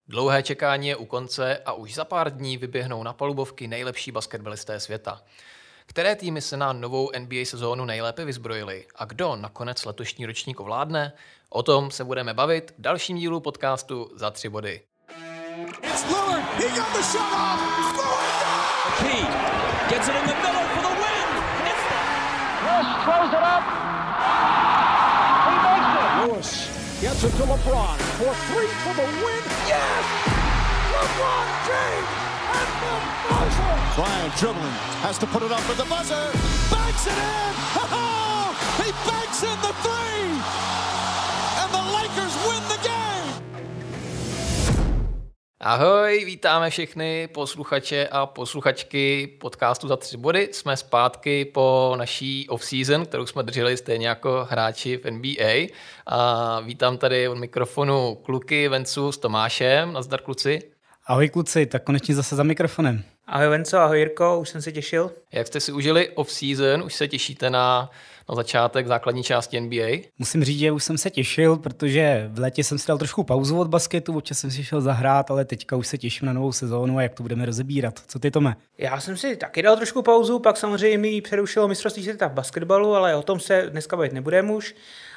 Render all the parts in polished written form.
Dlouhé čekání je u konce a už za pár dní vyběhnou na palubovky nejlepší basketbalisté světa. Které týmy se na novou NBA sezónu nejlépe vyzbrojily a kdo nakonec letošní ročník ovládne? O tom se budeme bavit v dalším dílu podcastu Za 3 body. Gets it to LeBron for three for the win. Yes! LeBron James at the buzzer! Bryant dribbling, has to put it up with the buzzer. Banks it in! Oh, he banks in the three! And the Lakers win the game! Ahoj, vítáme všechny posluchače a posluchačky podcastu Za 3 body. Jsme zpátky po naší off-season, kterou jsme drželi stejně jako hráči v NBA. A vítám tady od mikrofonu kluky Vencu s Tomášem. Nazdar kluci. Ahoj kluci, tak konečně zase za mikrofonem. Ahoj Venco, ahoj Jirko, už jsem se těšil. Jak jste si užili off-season? Už se těšíte na začátek základní části NBA? Musím říct, že už jsem se těšil, protože v létě jsem si dal trošku pauzu od basketu, občas jsem si šel zahrát, ale teďka už se těším na novou sezónu a jak to budeme rozebírat. Co ty, Tome? Já jsem si taky dal trošku pauzu, pak samozřejmě mi přerušilo mistrovství světa v basketbalu, ale o tom se dneska bavit nebudeme už.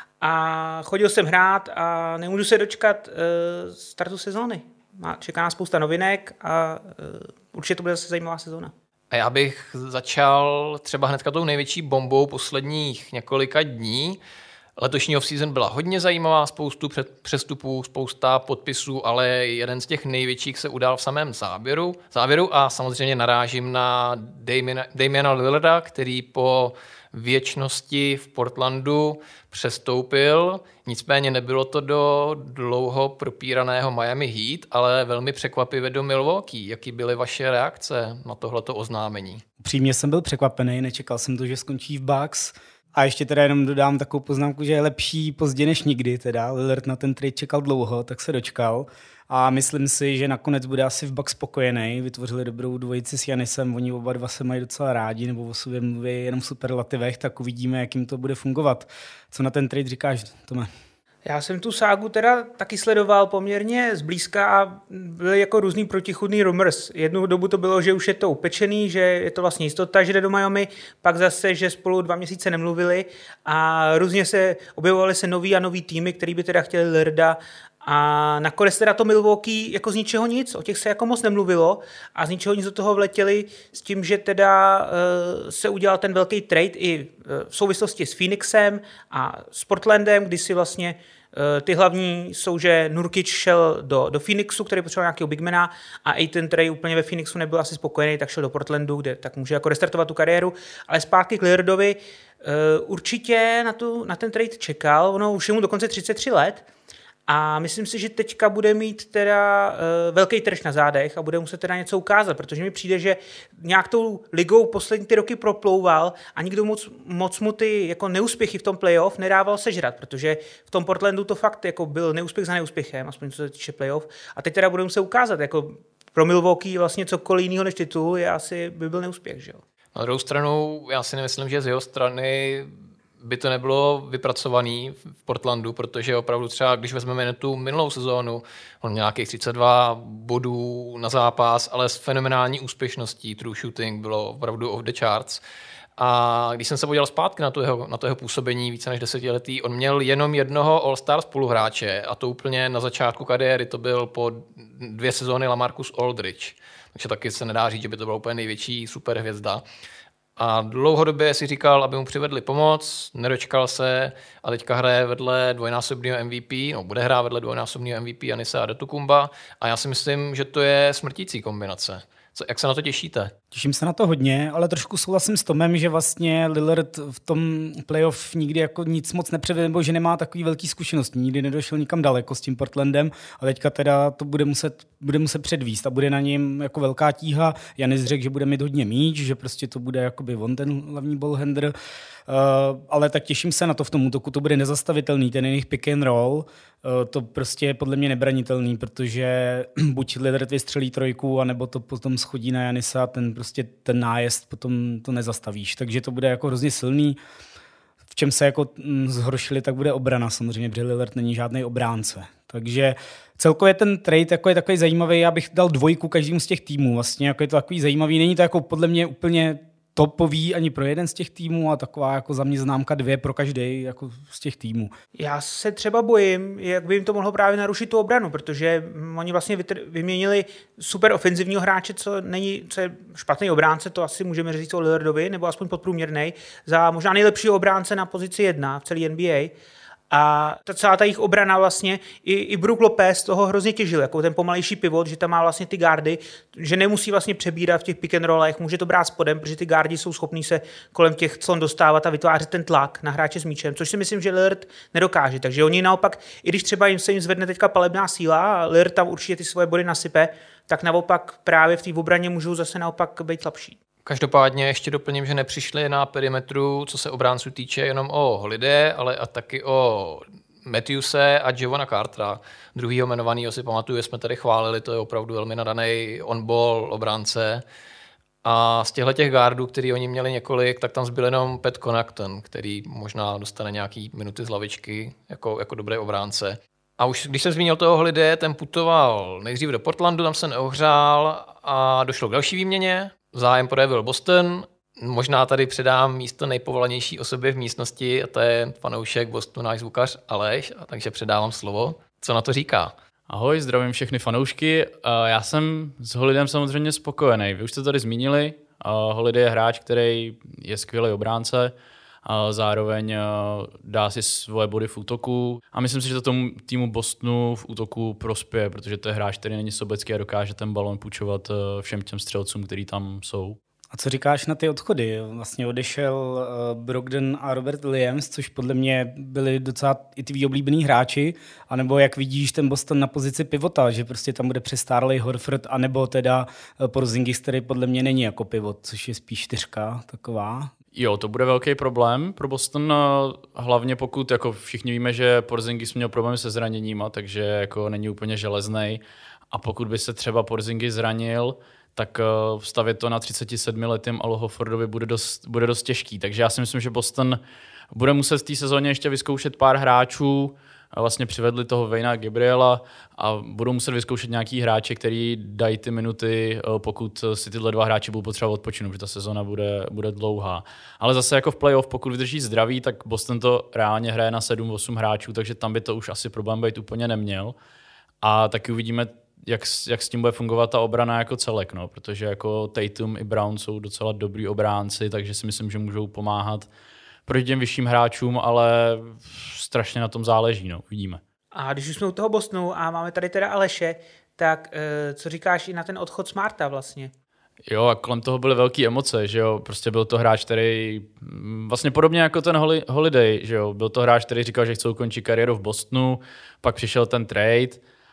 A chodil jsem hrát a nemůžu se dočkat startu sezóny. Čeká nás spousta novinek a určitě to bude zase zajímavá sezóna. A já bych začal třeba hnedka tou největší bombou posledních několika dní. Letošní off-season byla hodně zajímavá, spoustu přestupů, spousta podpisů, ale jeden z těch největších se udál v samém závěru a samozřejmě narážím na Damiana Lillarda, který po věčnosti v Portlandu přestoupil. Nicméně nebylo to do dlouho propíraného Miami Heat, ale velmi překvapivě do Milwaukee. Jaký byly vaše reakce na tohleto oznámení? Upřímně jsem byl překvapený, nečekal jsem to, že skončí v Bucks. A ještě teda jenom dodám takovou poznámku, že je lepší pozdě než nikdy. Teda Lillard na ten trade čekal dlouho, tak se dočkal. A myslím si, že nakonec bude asi v Bucks spokojený. Vytvořili dobrou dvojici s Giannisem, oni oba dva se mají docela rádi, nebo o sobě mluví jenom v superlativech, tak uvidíme, jak jim to bude fungovat. Co na ten trade říkáš, Tome? Já jsem tu ságu teda taky sledoval poměrně zblízka a byly jako různý protichůdný rumors. Jednu dobu to bylo, že už je to upečený, že je to vlastně jistota, že jde do Miami, pak zase, že spolu 2 měsíce nemluvili a různě se objevovaly se nový a nový týmy, který by teda chtěli Lillarda. A nakonec teda to Milwaukee jako z ničeho nic, o těch se jako moc nemluvilo a z ničeho nic do toho vletěli s tím, že teda se udělal ten velký trade i v souvislosti s Phoenixem a s Portlandem, kdy si vlastně ty hlavní jsou, že Nurkic šel do Phoenixu, který potřeboval nějakého bigmana a Ayton, který úplně ve Phoenixu nebyl asi spokojený, tak šel do Portlandu, kde tak může jako restartovat tu kariéru, ale zpátky k Lillardovi určitě na ten trade čekal, ono už je mu dokonce 33 let, a myslím si, že teďka bude mít teda velký trž na zádech a bude muset teda něco ukázat, protože mi přijde, že nějak tou ligou poslední ty roky proplouval a nikdo moc mu ty jako neúspěchy v tom playoff nedával sežrat, protože v tom Portlandu to fakt jako byl neúspěch za neúspěchem, aspoň co se týče playoff. A teď teda bude muset ukázat, jako pro Milwaukee vlastně cokoliv jiného než titul je asi by byl neúspěch, že jo. Na druhou stranu, já si nemyslím, že z jeho strany by to nebylo vypracovaný v Portlandu, protože opravdu třeba, když vezmeme tu minulou sezónu, on měl nějakých 32 bodů na zápas, ale s fenomenální úspěšností, true shooting bylo opravdu off the charts. A když jsem se podíval zpátky na to jeho působení více než 10letý, on měl jenom jednoho all-star spoluhráče a to úplně na začátku kariéry, to byl po 2 sezóny LaMarcus Aldridge. Takže taky se nedá říct, že by to byla úplně největší superhvězda. A dlouhodobě si říkal, aby mu přivedli pomoc, nedočkal se a teďka hraje vedle dvojnásobného MVP, bude hrát vedle dvojnásobného MVP Giannise Antetokounmpa a já si myslím, že to je smrtící kombinace. Jak se na to těšíte? Těším se na to hodně, ale trošku souhlasím s Tomem, že vlastně Lillard v tom playoff nikdy jako nic moc nepřevedl, nebo že nemá takový velký zkušenosti, nikdy nedošel nikam daleko s tím Portlandem a teďka teda to bude muset předvíst a bude na něm jako velká tíha. Giannis řekl, že bude mít hodně míč, že prostě to bude jakoby on ten hlavní ballhandler, ale tak těším se na to v tom útoku, to bude nezastavitelný, ten jejich pick and roll, to prostě je podle mě nebranitelný, protože buď Lillard vystřelí trojku, anebo to potom schodí na Giannisa, ten nájezd potom to nezastavíš, takže to bude jako hrozně silný. V čem se jako zhoršili, tak bude obrana samozřejmě, protože Lillard není žádný obránce. Takže celkově ten trade jako je takový zajímavý, já bych dal 2 každému z těch týmů. Vlastně jako je to takový zajímavý, není to jako podle mě úplně topový ani pro jeden z těch týmů a taková jako za mě známka 2 pro každý jako z těch týmů. Já se třeba bojím, jak by jim to mohlo právě narušit tu obranu, protože oni vlastně vyměnili super ofenzivního hráče, co je špatný obránce, to asi můžeme říct o Lillardovi, nebo aspoň podprůměrnej, za možná nejlepšího obránce na pozici 1 v celé NBA. A celá ta jejich obrana vlastně, i Brook Lopez toho hrozně těžil, jako ten pomalejší pivot, že tam má vlastně ty gardy, že nemusí vlastně přebírat v těch pick and rollech, může to brát spodem, protože ty gardy jsou schopní se kolem těch clon dostávat a vytvářet ten tlak na hráče s míčem, což si myslím, že Lillard nedokáže. Takže oni naopak, i když třeba se jim zvedne teďka palebná síla a Lillard tam určitě ty svoje body nasype, tak naopak právě v té obraně můžou zase naopak být slabší. Každopádně ještě doplním, že nepřišli na perimetru, co se obránců týče, jenom o Holiday, ale a taky o Matthewse a Jevona Cartera. Druhýho jmenovanýho si pamatuju, jsme tady chválili, to je opravdu velmi nadaný on-ball obránce. A z těch guardů, který oni měli několik, tak tam zbyl jenom Pat Connaughton, který možná dostane nějaký minuty z lavičky jako dobrý obránce. A už když jsem zmínil toho Holiday, ten putoval nejdřív do Portlandu, tam se neohřál a došlo k další výměně. Zájem projevil Boston, možná tady předám místo nejpovolanější osobě v místnosti a to je fanoušek Bostonu, náš zvukař Aleš, a takže předávám slovo. Co na to říká? Ahoj, zdravím všechny fanoušky. Já jsem s Holidayem samozřejmě spokojený. Vy už jste tady zmínili, Holiday je hráč, který je skvělý obránce, zároveň dá si svoje body v útoku a myslím si, že to tomu týmu Bostonu v útoku prospěje, protože to je hráč, který není sobecký a dokáže ten balon půjčovat všem těm střelcům, který tam jsou. A co říkáš na ty odchody? Vlastně odešel Brogdon a Robert Williams, což podle mě byli docela i tví oblíbení hráči, anebo jak vidíš ten Boston na pozici pivota, že prostě tam bude přestárlej Horford, anebo teda Porzingis, který podle mě není jako pivot, což je spíš 4 taková. Jo, to bude velký problém pro Boston, hlavně pokud, jako všichni víme, že Porzingis měl problémy se zraněníma, takže jako není úplně železnej a pokud by se třeba Porzingis zranil, tak vstavit to na 37letým Al Horfordovi bude dost těžký. Takže já si myslím, že Boston bude muset v té sezóně ještě vyzkoušet pár hráčů. Vlastně přivedli toho Wayna Gabriela a budou muset vyzkoušet nějaký hráče, který dají ty minuty, pokud si tyhle 2 hráči budou potřebovat odpočinout, protože ta sezóna bude dlouhá. Ale zase jako v playoff, pokud vydrží zdraví, tak Boston to reálně hraje na 7-8 hráčů, takže tam by to už asi problém být úplně neměl. A taky uvidíme, jak s tím bude fungovat ta obrana jako celek, no, protože jako Tatum i Brown jsou docela dobrý obránci, takže si myslím, že můžou pomáhat proti těm vyšším hráčům, ale strašně na tom záleží, no, vidíme. A když už jsme u toho Bostonu a máme tady teda Aleše, tak co říkáš i na ten odchod Smarta vlastně? Jo, a kolem toho byly velké emoce, že jo, prostě byl to hráč, který vlastně podobně jako ten Holiday, že jo, byl to hráč, který říkal, že chce ukončit kariéru v Bostonu, pak přišel ten trade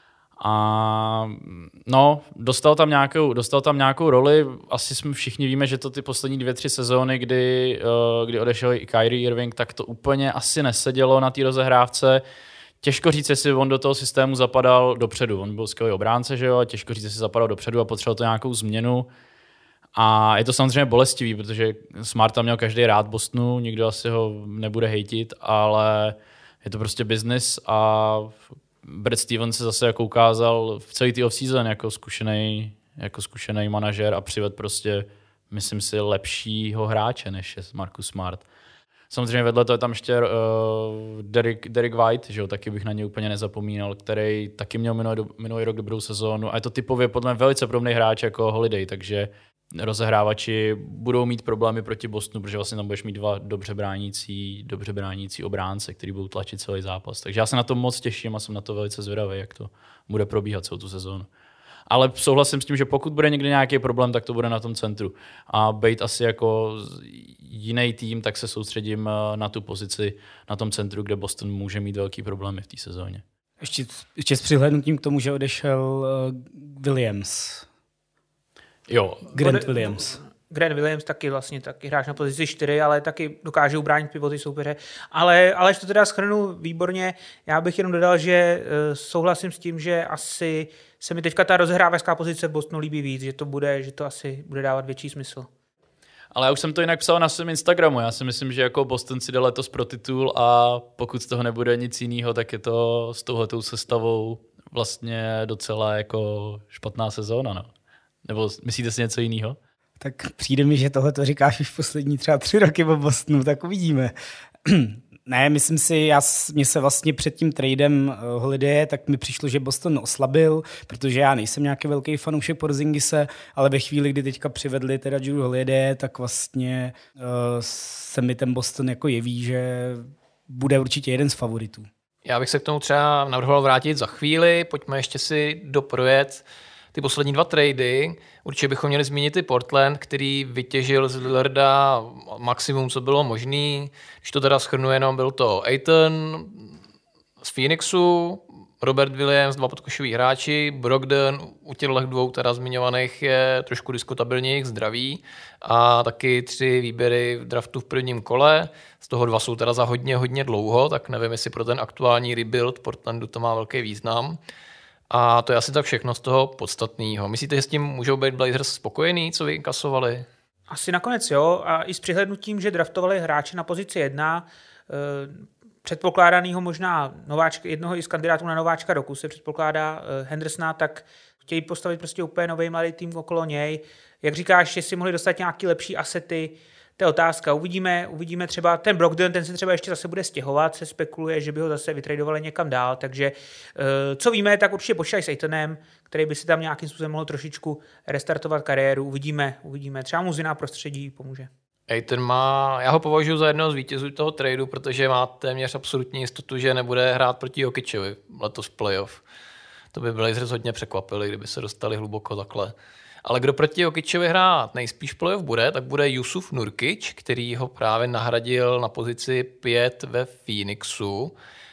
a no, dostal tam nějakou roli, asi jsme všichni víme, že to ty poslední 2-3 sezóny, kdy odešel i Kyrie Irving, tak to úplně asi nesedělo na té rozehrávce. Těžko říct, jestli on do toho systému zapadal dopředu. On byl skvělý obránce, že jo, a těžko říct, jestli zapadal dopředu a potřeboval to nějakou změnu. A je to samozřejmě bolestivý, protože Smart tam měl každý rád Bostonu, nikdo asi ho nebude hejtit, ale je to prostě business a Brad Stevens se zase jako ukázal v celý off-season jako zkušený manažer a přived prostě, myslím si, lepšího hráče, než je Marcus Smart. Samozřejmě vedle toho je tam ještě Derek White, že jo, taky bych na něj úplně nezapomínal, který taky měl minulý rok dobrou sezónu a je to typově podle mě velice podobný hráč jako Holiday, takže rozehrávači budou mít problémy proti Bostonu, protože vlastně tam budeš mít 2 dobře bránící obránce, který budou tlačit celý zápas. Takže já se na to moc těším a jsem na to velice zvědavý, jak to bude probíhat celou tu sezónu. Ale souhlasím s tím, že pokud bude někdy nějaký problém, tak to bude na tom centru. A být asi jako jiný tým, tak se soustředím na tu pozici na tom centru, kde Boston může mít velký problémy v té sezóně. Ještě s přihlédnutím k tomu, že odešel Williams. Jo. Grant Williams taky hráč na pozici 4, ale taky dokáže ubránit pivoty soupeře. Ale to teda shrnu výborně. Já bych jenom dodal, že souhlasím s tím, že asi se mi teďka ta rozehrávačská pozice v Bostonu líbí víc, že to asi bude dávat větší smysl. Ale já už jsem to jinak psal na svém Instagramu. Já si myslím, že jako Boston si jde letos pro titul a pokud z toho nebude nic jiného, tak je to s touhletou sestavou vlastně docela jako špatná sezóna. No. Nebo myslíte si něco jiného? Tak přijde mi, že tohle to říkáš už poslední třeba 3 roky o Bostonu, tak uvidíme. Ne, myslím si, mně se vlastně před tím tradem Holidaye, tak mi přišlo, že Boston oslabil, protože já nejsem nějaký velký fanoušek Porzingise, ale ve chvíli, kdy teďka přivedli teda Jrue Holidaye, tak vlastně se mi ten Boston jako jeví, že bude určitě jeden z favoritů. Já bych se k tomu třeba navrhoval vrátit za chvíli, pojďme ještě si doprojet ty poslední 2 trady. Určitě bychom měli zmínit i Portland, který vytěžil z Lillarda maximum, co bylo možný. Když to teda shrnu jenom, byl to Ayton z Phoenixu, Robert Williams, 2 podkošoví hráči, Brogdon u těchto 2 teda zmiňovaných je trošku diskutabilně jejich zdraví a taky 3 výběry v draftu v prvním kole. Z toho 2 jsou teda za hodně dlouho, tak nevím, jestli pro ten aktuální rebuild Portlandu to má velký význam. A to je asi tak všechno z toho podstatného. Myslíte, že s tím můžou být Blazers spokojení, co vyinkasovali? Asi nakonec jo, a i s přihlédnutím, že draftovali hráče na pozici 1, předpokládanýho možná jednoho i z kandidátů na nováčka roku se předpokládá Hendersona, tak chtějí postavit prostě úplně nový mladý tým okolo něj. Jak říkáš, že si mohli dostat nějaký lepší asety, to je otázka. Uvidíme třeba ten Brogdon, ten se třeba ještě zase bude stěhovat, se spekuluje, že by ho zase vytradovali někam dál, takže co víme, tak určitě počítají s Aytonem, který by si tam nějakým způsobem mohl trošičku restartovat kariéru. Uvidíme. Třeba mu ziná prostředí pomůže. Ayton já ho považuji za jednoho z vítězů toho tradu, protože má téměř absolutní jistotu, že nebude hrát proti Jokiciovi letos v playoff. To by Blazers hodně překvapili, kdyby se dostali hluboko takhle. Ale kdo proti Jokiciovi hrát nejspíš playoff bude, tak bude Jusuf Nurkic, který ho právě nahradil na pozici 5 ve Phoenixu.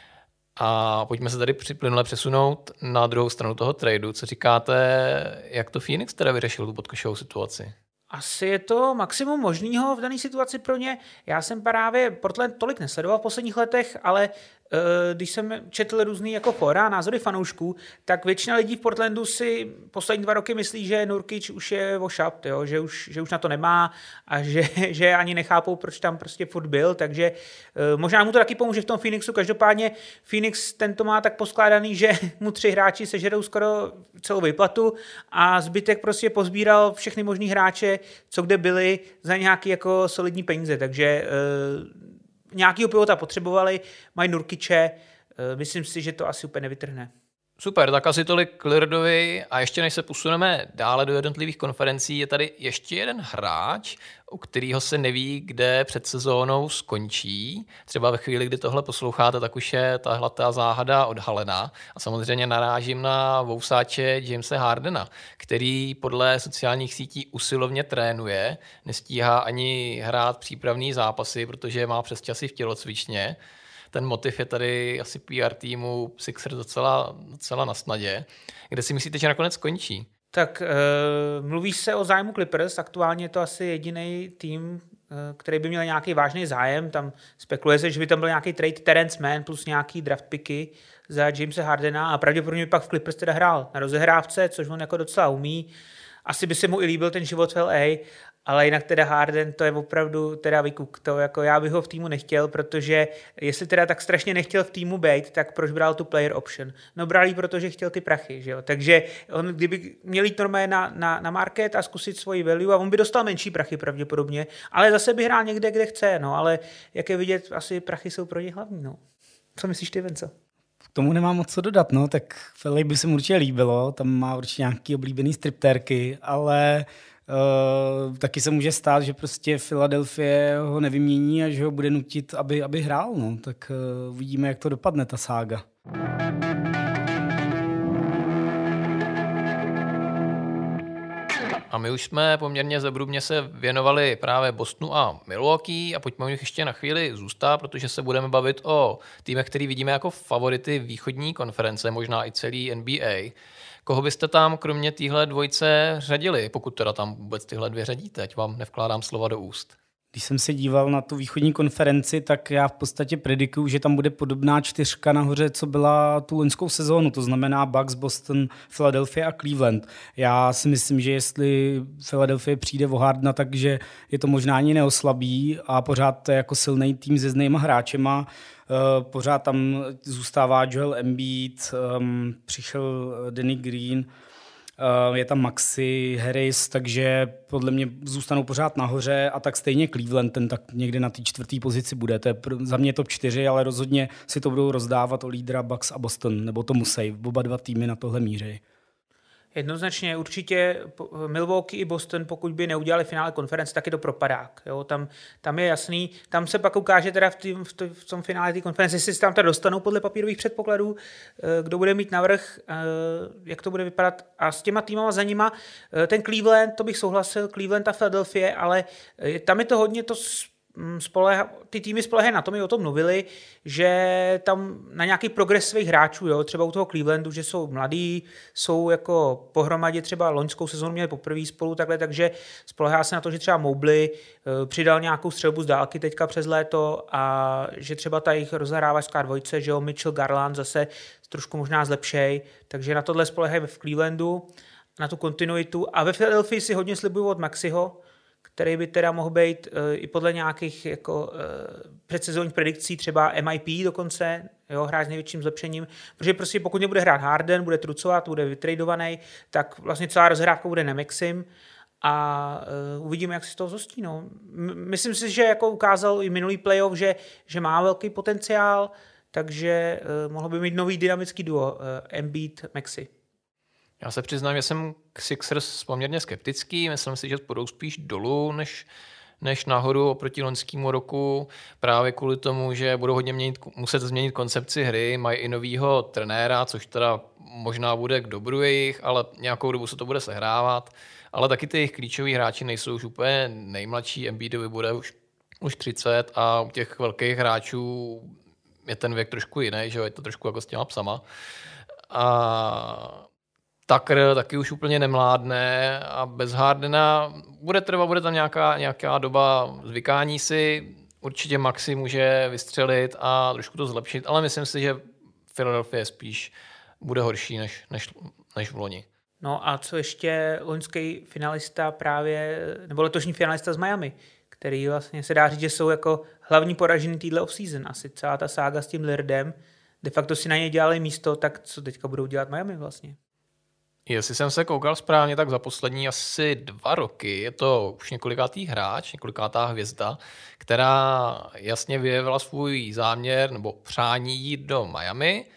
A pojďme se tady plynule přesunout na druhou stranu toho tradu. Co říkáte, jak to Phoenix teda vyřešil tu podkošovou situaci? Asi je to maximum možného v dané situaci pro ně. Já jsem právě Portland tolik nesledoval v posledních letech, ale když jsem četl různý jako fora, názory fanoušků, tak většina lidí v Portlandu si poslední 2 roky myslí, že Nurkic už je ošapt, že už na to nemá a že ani nechápou, proč tam prostě furt byl, takže možná mu to taky pomůže v tom Phoenixu. Každopádně Phoenix tento má tak poskládaný, že mu 3 hráči sežerou skoro celou výplatu a zbytek prostě pozbíral všechny možný hráče, co kde byli za nějaký jako solidní peníze, takže nějakýho pivota potřebovali, mají Nurkiče, myslím si, že to asi úplně nevytrhne. Super, tak asi tolik k Lillardovi a ještě než se posuneme dále do jednotlivých konferencí, je tady ještě jeden hráč, u kterého se neví, kde před sezónou skončí. Třeba ve chvíli, kdy tohle posloucháte, tak už je tahle záhada odhalena. A samozřejmě narážím na vousáče Jamese Hardena, který podle sociálních sítí usilovně trénuje, nestíhá ani hrát přípravné zápasy, protože má přesčasy v tělocvičně. Ten motiv je tady asi PR týmu Sixers docela na snadě. Kde si myslíte, že nakonec skončí? Tak mluví se o zájmu Clippers, aktuálně je to asi jediný tým, který by měl nějaký vážný zájem. Tam spekuluje se, že by tam byl nějaký trade Terence Mann plus nějaký draft picky za Jamesa Hardena a pravděpodobně by pak v Clippers teda hrál na rozehrávce, což on jako docela umí. Asi by se mu i líbil ten život v LA, ale jinak teda Harden, to je opravdu teda vykuk. To jako já bych ho v týmu nechtěl, protože jestli teda tak strašně nechtěl v týmu být, tak proč bral tu player option? No bral jí, protože chtěl ty prachy, že jo? Takže on, kdyby měl jít normálně na market a zkusit svoji value, a on by dostal menší prachy pravděpodobně, ale zase by hrál někde, kde chce, no, ale jak je vidět, asi prachy jsou pro ně hlavní, no. Co myslíš ty, Venco? K tomu nemám moc co dodat, no, tak v LA by se mu určitě líbilo, tam má určitě nějaký oblíbený striptérky, ale taky se může stát, že prostě Philadelphia ho nevymění a že ho bude nutit, aby hrál, no, tak uvidíme, jak to dopadne, ta sága. A my už jsme poměrně zevrubně se věnovali právě Bostonu a Milwaukee a pojďme u nich ještě na chvíli zůstat, protože se budeme bavit o týmech, který vidíme jako favority východní konference, možná i celý NBA. Koho byste tam kromě téhle dvojce řadili, pokud teda tam vůbec tyhle 2 řadíte, ať vám nevkládám slova do úst? Když jsem se díval na tu východní konferenci, tak já v podstatě predikuju, že tam bude podobná 4 nahoře, co byla tu loňskou sezónu. To znamená Bucks, Boston, Philadelphia a Cleveland. Já si myslím, že jestli Philadelphia přijde o Hardena, takže je to možná ani neoslabí a pořád to je jako silný tým se znejma hráčema. Pořád tam zůstává Joel Embiid, přišel Danny Green, je tam Maxi, Harris, takže podle mě zůstanou pořád nahoře a tak stejně Cleveland, ten tak někde na té 4. pozici bude. To je za mě top 4, ale rozhodně si to budou rozdávat o lídra Bucks a Boston, nebo to musí. Oba dva týmy na tohle míří. Jednoznačně určitě Milwaukee i Boston, pokud by neudělali finále konference, tak je to propadák. Jo? Tam je jasný, tam se pak ukáže teda v tom finále té konference, jestli se tam teda dostanou podle papírových předpokladů, kdo bude mít navrch, jak to bude vypadat. A s těma týmama za nima, ten Cleveland, to bych souhlasil, Cleveland a Philadelphia, ale tam je to hodně to ty týmy spolehají na to, my o tom mluvili, že tam na nějaký progres svých hráčů, jo, třeba u toho Clevelandu, že jsou mladí, jsou jako pohromadě třeba loňskou sezónu měli poprvé spolu takhle, takže spolehá se na to, že třeba Mobley přidal nějakou střelbu z dálky teďka přes léto a že třeba ta jejich rozhrávačská dvojice, že jo, Mitchell, Garland zase trošku možná zlepšej, takže na tohle spolehají v Clevelandu, na tu kontinuitu a ve Philadelphii si hodně slibuju od Maxiho, který by teda mohl být i podle nějakých jako, předsezónních predikcí, třeba MIP dokonce, jo, hráč s největším zlepšením, protože prostě pokud nebude hrát Harden, bude trucovat, bude vytradovaný, tak vlastně celá rozhrávka bude na Maxim a uvidíme, jak se z toho zhostí. No. Myslím si, že jako ukázal i minulý playoff, že má velký potenciál, takže mohlo by mít nový dynamický duo Embiid-Maxi. Já se přiznám, že jsem k Sixers poměrně skeptický. Myslím si, že půjdou spíš dolů, než nahoru oproti loňskému roku. Právě kvůli tomu, že budou hodně muset změnit koncepci hry. Mají i novýho trenéra, což teda možná bude k dobru jejich, ale nějakou dobu se to bude sehrávat. Ale taky ty jejich klíčoví hráči nejsou už úplně nejmladší. Embiidovi bude už 30 a u těch velkých hráčů je ten věk trošku jiný, že je to trošku jako s těma psama. A Tucker taky už úplně nemládne a bez Hardena bude tam nějaká doba zvykání si. Určitě Maxi může vystřelit a trošku to zlepšit, ale myslím si, že Philadelphia spíš bude horší než v loni. No a co ještě loňský finalista nebo letošní finalista z Miami, který vlastně se dá říct, že jsou jako hlavní poražený týhle off-season. Asi celá ta sága s tím Lillardem, de facto si na něj dělali místo, tak co teďka budou dělat Miami vlastně? Jestli jsem se koukal správně, tak za poslední asi 2 roky je to už několikátý hráč, několikátá hvězda, která jasně vyjevila svůj záměr nebo přání jít do Miami.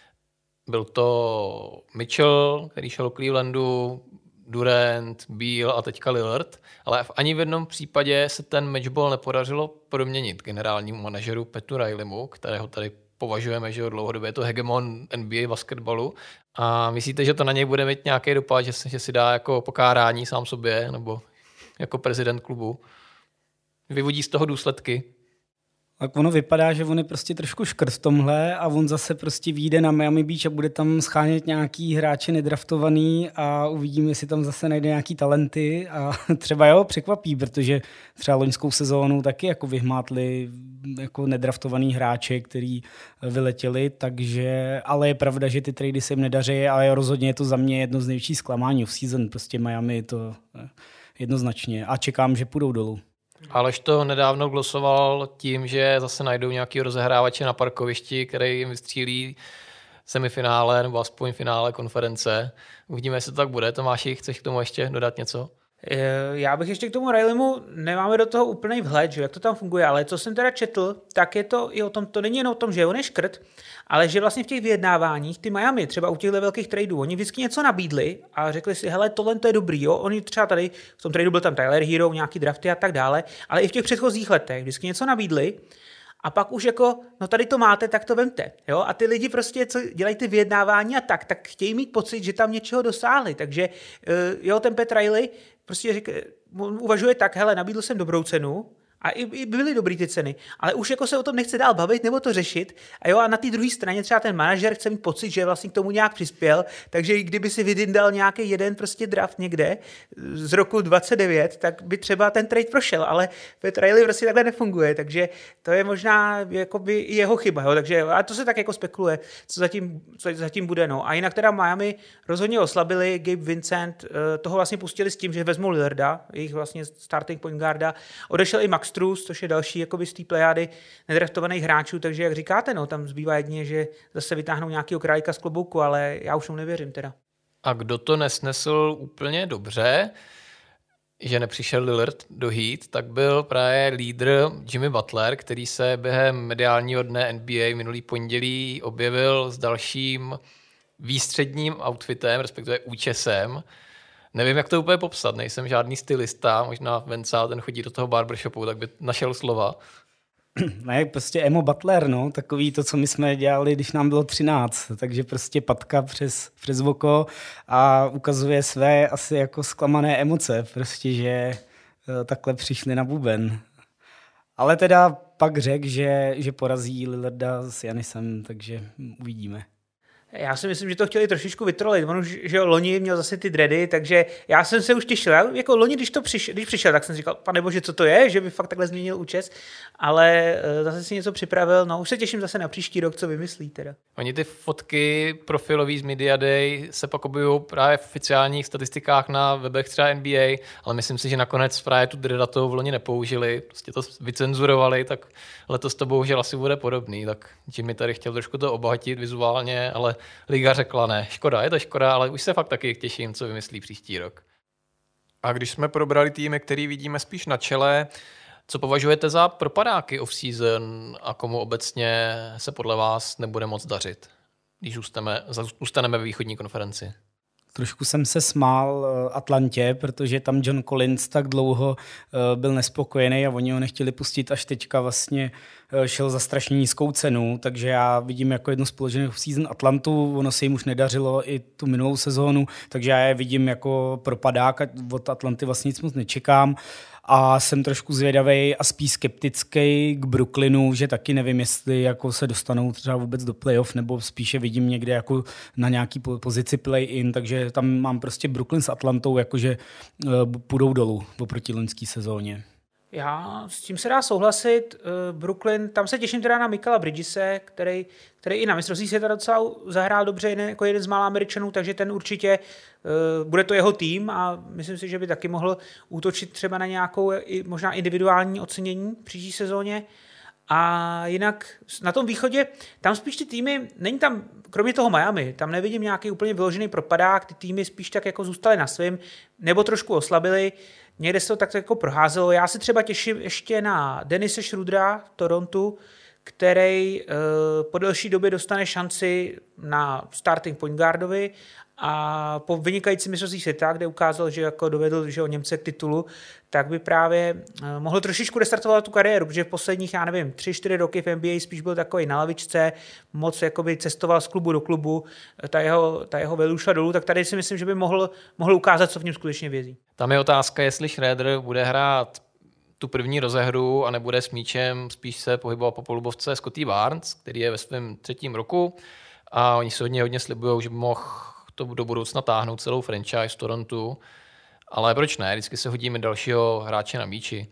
Byl to Mitchell, který šel do Clevelandu, Durant, Beal a teďka Lillard, ale ani v jednom případě se ten matchball nepodařilo proměnit generálnímu manažeru Patu Rileymu, kterého tady považujeme, že dlouhodobě je to hegemon NBA basketbalu. A myslíte, že to na něj bude mít nějaký dopad, že si dá jako pokárání sám sobě, nebo jako prezident klubu? Vyvodí z toho důsledky? Tak ono vypadá, že on je prostě trošku škrt v tomhle a on zase prostě vyjde na Miami Beach a bude tam schánět nějaký hráče nedraftovaný a uvidíme, jestli tam zase najde nějaký talenty a třeba překvapí, protože třeba loňskou sezónu taky jako vyhmátli jako nedraftovaný hráče, který vyletěli, takže, ale je pravda, že ty trady se jim nedaří, ale rozhodně je to za mě jedno z největších zklamání v season, prostě Miami to jednoznačně a čekám, že půjdou dolů. Aleš to nedávno glosoval tím, že zase najdou nějaký rozehrávače na parkovišti, který jim vystřílí semifinále nebo aspoň finále konference. Uvidíme, jestli to tak bude. Tomáši, chceš k tomu ještě dodat něco? Já bych ještě k tomu Rileymu, nemáme do toho úplný vhled, že jak to tam funguje, ale co jsem teda četl, tak je to i o tom, to není jen o tom, že on je škrt, ale že vlastně v těch vyjednáváních ty Miami, třeba u těchto velkých tradeů, oni vždycky něco nabídli a řekli si, hele, tohle to je dobrý, jo, oni třeba tady v tom tradu byl tam Tyler Hero, nějaký drafty a tak dále, ale i v těch předchozích letech vždycky něco nabídli. A pak už jako, no tady to máte, tak to vemte. Jo? A ty lidi prostě, co dělají ty vyjednávání a tak chtějí mít pocit, že tam něčeho dosáhli. Takže jo, ten Pat Riley prostě uvažuje tak, hele, nabídl jsem dobrou cenu A i byly dobrý ty ceny, ale už jako se o tom nechce dál bavit nebo to řešit. A na té druhé straně třeba ten manažer chce mít pocit, že vlastně k tomu nějak přispěl, takže i kdyby si vydyndal nějaký jeden prostě draft někde z roku 29, tak by třeba ten trade prošel, ale Pat Riley prostě takhle nefunguje, takže to je možná jakoby i jeho chyba. Jo? Takže, a to se tak jako spekuluje, co zatím bude. No. A jinak teda Miami rozhodně oslabili, Gabe Vincent toho vlastně pustili s tím, že vezmou Lillarda, jejich vlastně starting point guarda, odešel i Max Strus, což je další jakoby z té plejády nedraftovaných hráčů, takže jak říkáte, no, tam zbývá jedině, že zase vytáhnou nějakýho králíka z klobouku, ale já už mu nevěřím teda. A kdo to nesnesl úplně dobře, že nepřišel Lillard do Heat, tak byl právě lídr Jimmy Butler, který se během mediálního dne NBA minulý pondělí objevil s dalším výstředním outfitem, respektive účesem. Nevím, jak to úplně popsat, nejsem žádný stylista, možná Venca, ten chodí do toho barbershopu, tak by našel slova. Ne, prostě emo Butler, no, takový to, co my jsme dělali, když nám bylo 13, takže prostě patka přes oko a ukazuje své asi jako zklamané emoce, prostě, že takhle přišli na buben. Ale teda pak řekl, že porazí Lillarda s Janisem, takže uvidíme. Já si myslím, že to chtěli trošičku vytrolit. On už, že loni měl zase ty dready, takže já jsem se už těšil. Jako loni, když přišel, tak jsem říkal, pane bože, co to je, že by fakt takhle změnil účes, ale zase si něco připravil. No, už se těším zase na příští rok, co vymyslí teda. Oni ty fotky profilový z Media Day se pak objevují právě v oficiálních statistikách na webech třeba NBA, ale myslím si, že nakonec právě tu dredatou v loni nepoužili, prostě to vycenzurovali, tak letos to bohužel asi bude podobný, tak Jimmy tady chtěl trošku to obohatit vizuálně, ale liga řekla ne. Škoda, je to škoda, ale už se fakt taky těším, co vymyslí příští rok. A když jsme probrali týmy, který vidíme spíš na čele, co považujete za propadáky off-season a komu obecně se podle vás nebude moc dařit, když zůstaneme ve východní konferenci? Trošku jsem se smál Atlantě, protože tam John Collins tak dlouho byl nespokojený a oni ho nechtěli pustit, až teďka vlastně šel za strašně nízkou cenu, takže já vidím jako jednu z položených off-season Atlantu, ono se jim už nedařilo i tu minulou sezónu, takže já je vidím jako propadák a od Atlanty vlastně nic moc nečekám. A jsem trošku zvědavej a spíš skeptický k Brooklynu, že taky nevím, jestli jako se dostanou třeba vůbec do playoff, nebo spíše vidím někde jako na nějaký pozici play-in, takže tam mám prostě Brooklyn s Atlantou, jakože půjdou dolů oproti loňské sezóně. Já s tím se dá souhlasit. Brooklyn, tam se těším teda na Michaela Bridgese, který i na mistrovství světa docela zahrál dobře, jako jeden z mála Američanů, takže ten určitě bude to jeho tým a myslím si, že by taky mohl útočit třeba na nějakou možná individuální ocenění v příští sezóně. A jinak na tom východě, tam spíš ty týmy, není tam, kromě toho Miami, tam nevidím nějaký úplně vyložený propadák, ty týmy spíš tak jako zůstaly na svém, nebo trošku oslabily, někde se to tak jako proházelo. Já se třeba těším ještě na Dennise Schroedera v Torontu, který po delší době dostane šanci na starting point guardovi a po vynikajícím mistrovství světa, kde ukázal, že jako dovedl, že o Němce k titulu, tak by právě mohl trošičku restartovat tu kariéru, protože v posledních, 3-4 roky v NBA spíš byl takový na lavičce, moc jakoby cestoval z klubu do klubu, ta jeho velušla dolů, tak tady si myslím, že by mohl ukázat, co v něm skutečně vězí. Tam je otázka, jestli Schroeder bude hrát tu první rozehru a nebude s míčem spíš se pohybovat po polubovce Scottie Barnes, který je ve svém 3. roku a oni se hodně slibují, že by mohl to do budoucna táhnout celou franchise v Torontu, ale proč ne? Vždycky se hodíme dalšího hráče na míči.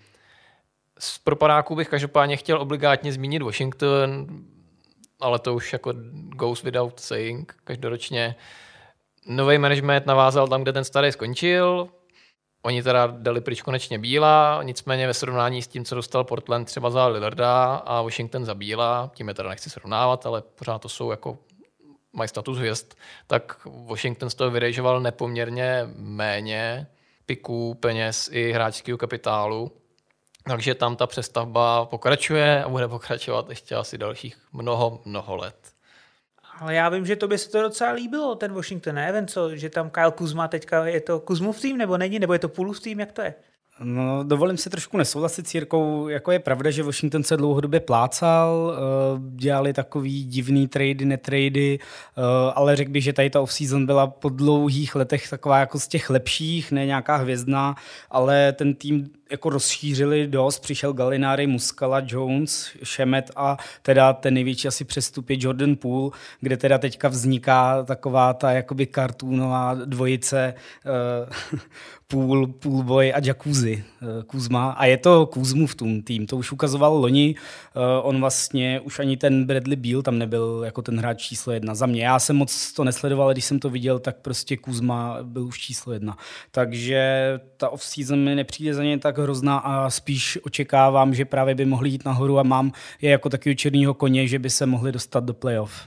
Z propadáků bych každopádně chtěl obligátně zmínit Washington, ale to už jako goes without saying každoročně. Nový management navázal tam, kde ten starý skončil. Oni teda dali pryč konečně Bíla, nicméně ve srovnání s tím, co dostal Portland třeba za Lillarda a Washington za Bíla, tím je teda nechci srovnávat, ale pořád to jsou jako mají status hvězd, tak Washington z toho vyrejžoval nepoměrně méně piků, peněz i hráčského kapitálu. Takže tam ta přestavba pokračuje a bude pokračovat ještě asi dalších mnoho let. Ale já vím, že tobě se to docela líbilo, ten Washington, ne? Že tam Kyle Kuzma teďka, je to Kuzmův tým, nebo není? Nebo je to Poolův tým, jak to je? No, dovolím si trošku nesouhlasit s Jirkou. Jako je pravda, že Washington se dlouhodobě plácal, dělali takový divný trady, netrady, ale řekl bych, že tady ta off-season byla po dlouhých letech taková jako z těch lepších, ne nějaká hvězdná, ale ten tým jako rozšířili dost, přišel Gallinari, Muscala, Jones, Shemet a teda ten největší asi přestup je Jordan Poole, kde teda teďka vzniká taková ta jakoby kartoonová dvojice Poolboy a Jacuzzi Kuzma. A je to Kuzmův tým, to už ukazoval loni. On vlastně už ani ten Bradley Beal tam nebyl jako ten hráč číslo 1. Za mě, já jsem moc to nesledoval, ale když jsem to viděl, tak prostě Kuzma byl už číslo 1. Takže ta off-season mi nepřijde za ně tak hrozná a spíš očekávám, že právě by mohli jít nahoru a mám je jako takového černýho koně, že by se mohli dostat do playoff.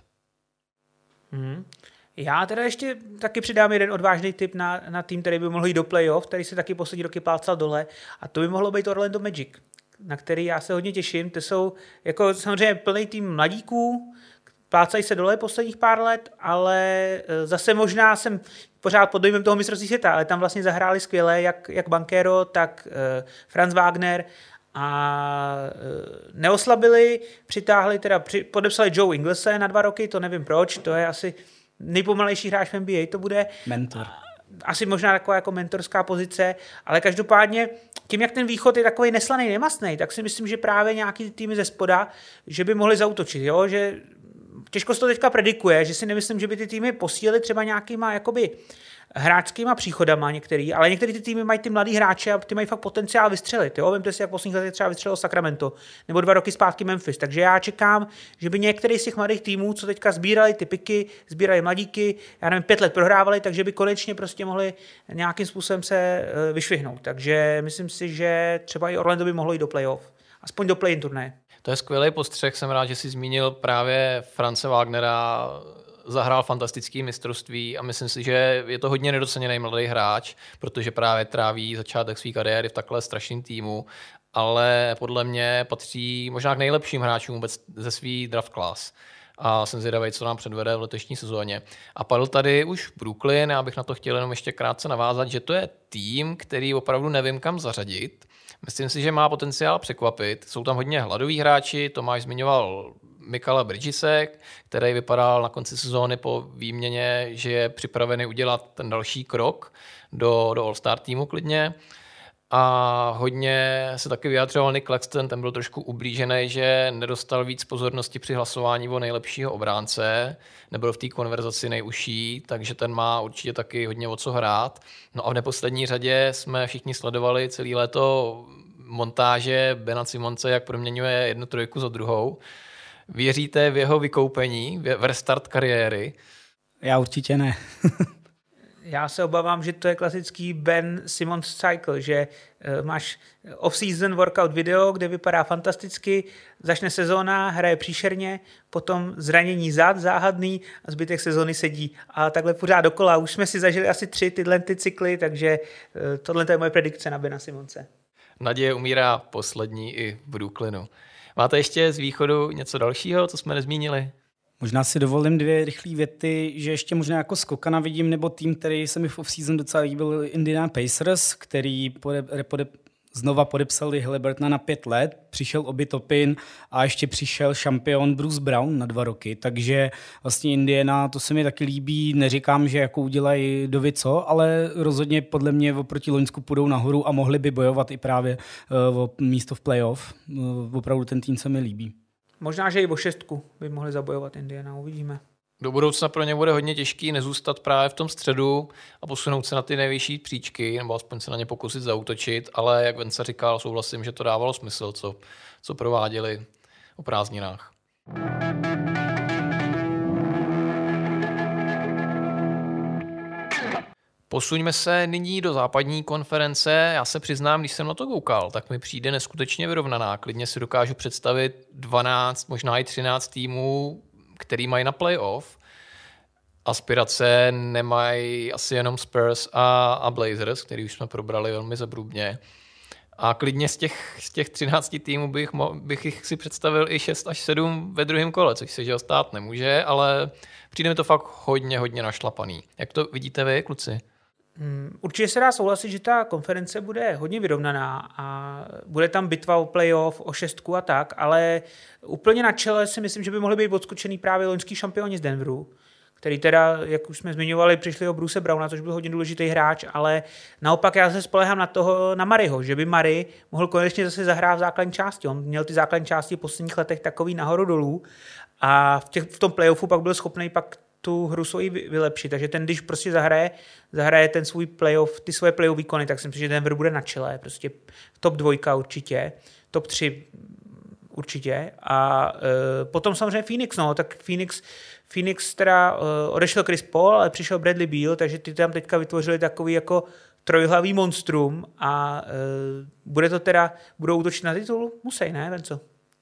Já teda ještě taky přidám jeden odvážný tip na tým, který by mohl jít do playoff, který se taky poslední roky plácal dole, a to by mohlo být Orlando Magic, na který já se hodně těším. Ty jsou jako samozřejmě plný tým mladíků, plácají se dole posledních pár let, ale zase možná jsem pořád pod dojmem toho mistrovství světa, ale tam vlastně zahráli skvěle, jak Banchero, tak Franz Wagner, a neoslabili, přitáhli, podepsali Joe Inglese na 2 roky, to nevím proč, to je asi nejpomalejší hráč v NBA, to bude. Mentor. Asi možná taková jako mentorská pozice, ale každopádně tím, jak ten východ je takový neslaný, nemastný, tak si myslím, že právě nějaký týmy ze spoda, že by mohli zaútočit, jo? Že těžko se to teďka predikuje, že si nemyslím, že by ty týmy posílili třeba nějakýma jakoby hráčskýma příchodama některý, ale některé ty týmy mají ty mladý hráče a ty mají fakt potenciál vystřelit. Jo? Vemte si, jak posledních letech třeba vystřelilo Sacramento nebo 2 roky zpátky Memphis. Takže já čekám, že by některý z těch mladých týmů, co teďka sbírali ty piky, sbírali mladíky, já nevím, 5 let prohrávali, takže by konečně prostě mohli nějakým způsobem se vyšvihnout. Takže myslím si, že třeba i Orlando by mohlo jít do playoff. Aspoň do play-in turné. To je skvělý postřeh, jsem rád, že jsi zmínil právě France Wagnera, zahrál fantastický mistrovství a myslím si, že je to hodně nedoceněný mladý hráč, protože právě tráví začátek své kariéry v takhle strašném týmu, ale podle mě patří možná k nejlepším hráčům vůbec ze svý draft class. A jsem zvědavý, co nám předvede v letošní sezóně. A padl tady už Brooklyn, já bych na to chtěl jenom ještě krátce navázat, že to je tým, který opravdu nevím kam zařadit. Myslím si, že má potenciál překvapit. Jsou tam hodně hladoví hráči, Tomáš zmiňoval Mikala Bridgese, který vypadal na konci sezóny po výměně, že je připravený udělat ten další krok do All-Star týmu klidně. A hodně se taky vyjadřoval Nick Claxton, ten byl trošku ublížený, že nedostal víc pozornosti při hlasování o nejlepšího obránce, nebyl v té konverzaci nejužší, takže ten má určitě taky hodně o co hrát. No a v neposlední řadě jsme všichni sledovali celý léto montáže Bena Simonse, jak proměňuje 1-3 za druhou. Věříte v jeho vykoupení, v restart kariéry? Já určitě ne. Já se obávám, že to je klasický Ben Simmons cycle, že máš off-season workout video, kde vypadá fantasticky, začne sezóna, hraje příšerně, potom zranění zad, záhadný a zbytek sezóny sedí. A takhle pořád dokola. Už jsme si zažili asi 3 tyhle cykly, takže tohle je moje predikce na Bena Simmonse. Naděje umírá poslední i v Brooklynu. Máte ještě z východu něco dalšího, co jsme nezmínili? Možná si dovolím 2 rychlé věty, že ještě možná jako skokana vidím, nebo tým, který se mi v off-season docela líbil, Indiana Pacers, který znova podepsali Haliburtona na 5 let, přišel Obi Toppin a ještě přišel šampion Bruce Brown na 2 roky, takže vlastně Indiana, to se mi taky líbí, neříkám, že jako udělají dovi co, ale rozhodně podle mě oproti Loňsku půjdou nahoru a mohli by bojovat i právě o místo v playoff. Opravdu ten tým se mi líbí. Možná, že i o 6 by mohli zabojovat Indiana, uvidíme. Do budoucna pro ně bude hodně těžký nezůstat právě v tom středu a posunout se na ty nejvyšší příčky, nebo aspoň se na ně pokusit zaútočit, ale jak Venca říkal, souhlasím, že to dávalo smysl, co prováděli o prázdninách. Posuňme se nyní do západní konference. Já se přiznám, když jsem na to koukal, tak mi přijde neskutečně vyrovnaná. Klidně si dokážu představit 12, možná i 13 týmů, který mají na playoff. Aspirace nemají asi jenom Spurs a Blazers, který už jsme probrali velmi zebrubně. A klidně z těch 13 týmů bych jich si představil i 6 až 7 ve druhém kole, což se že stát nemůže, ale přijde mi to fakt hodně našlapaný. Jak to vidíte vy, kluci? Určitě se dá souhlasit, že ta konference bude hodně vyrovnaná a bude tam bitva o playoff, o 6 a tak, ale úplně na čele si myslím, že by mohli být odskočený právě loňský šampioni z Denveru, který teda, jak už jsme zmiňovali, přišli o Bruce Browna, což byl hodně důležitý hráč, ale naopak já se spolehám na Murrayho, že by Murray mohl konečně zase zahrát v základní části. On měl ty základní části v posledních letech takový nahoru dolů a v tom playoffu pak byl schopný pak tu hru svoji vylepšit. Takže ten, když prostě zahraje ten svůj playoff, ty svoje playoff výkony, tak si myslím, že Denver bude na čele. Prostě top 2 určitě, top 3 určitě. A potom samozřejmě Phoenix, no, tak Phoenix teda odešel Chris Paul, ale přišel Bradley Beal, takže ty tam teďka vytvořili takový jako trojhlavý monstrum a budou útočit na titul? Musí, ne, Venco?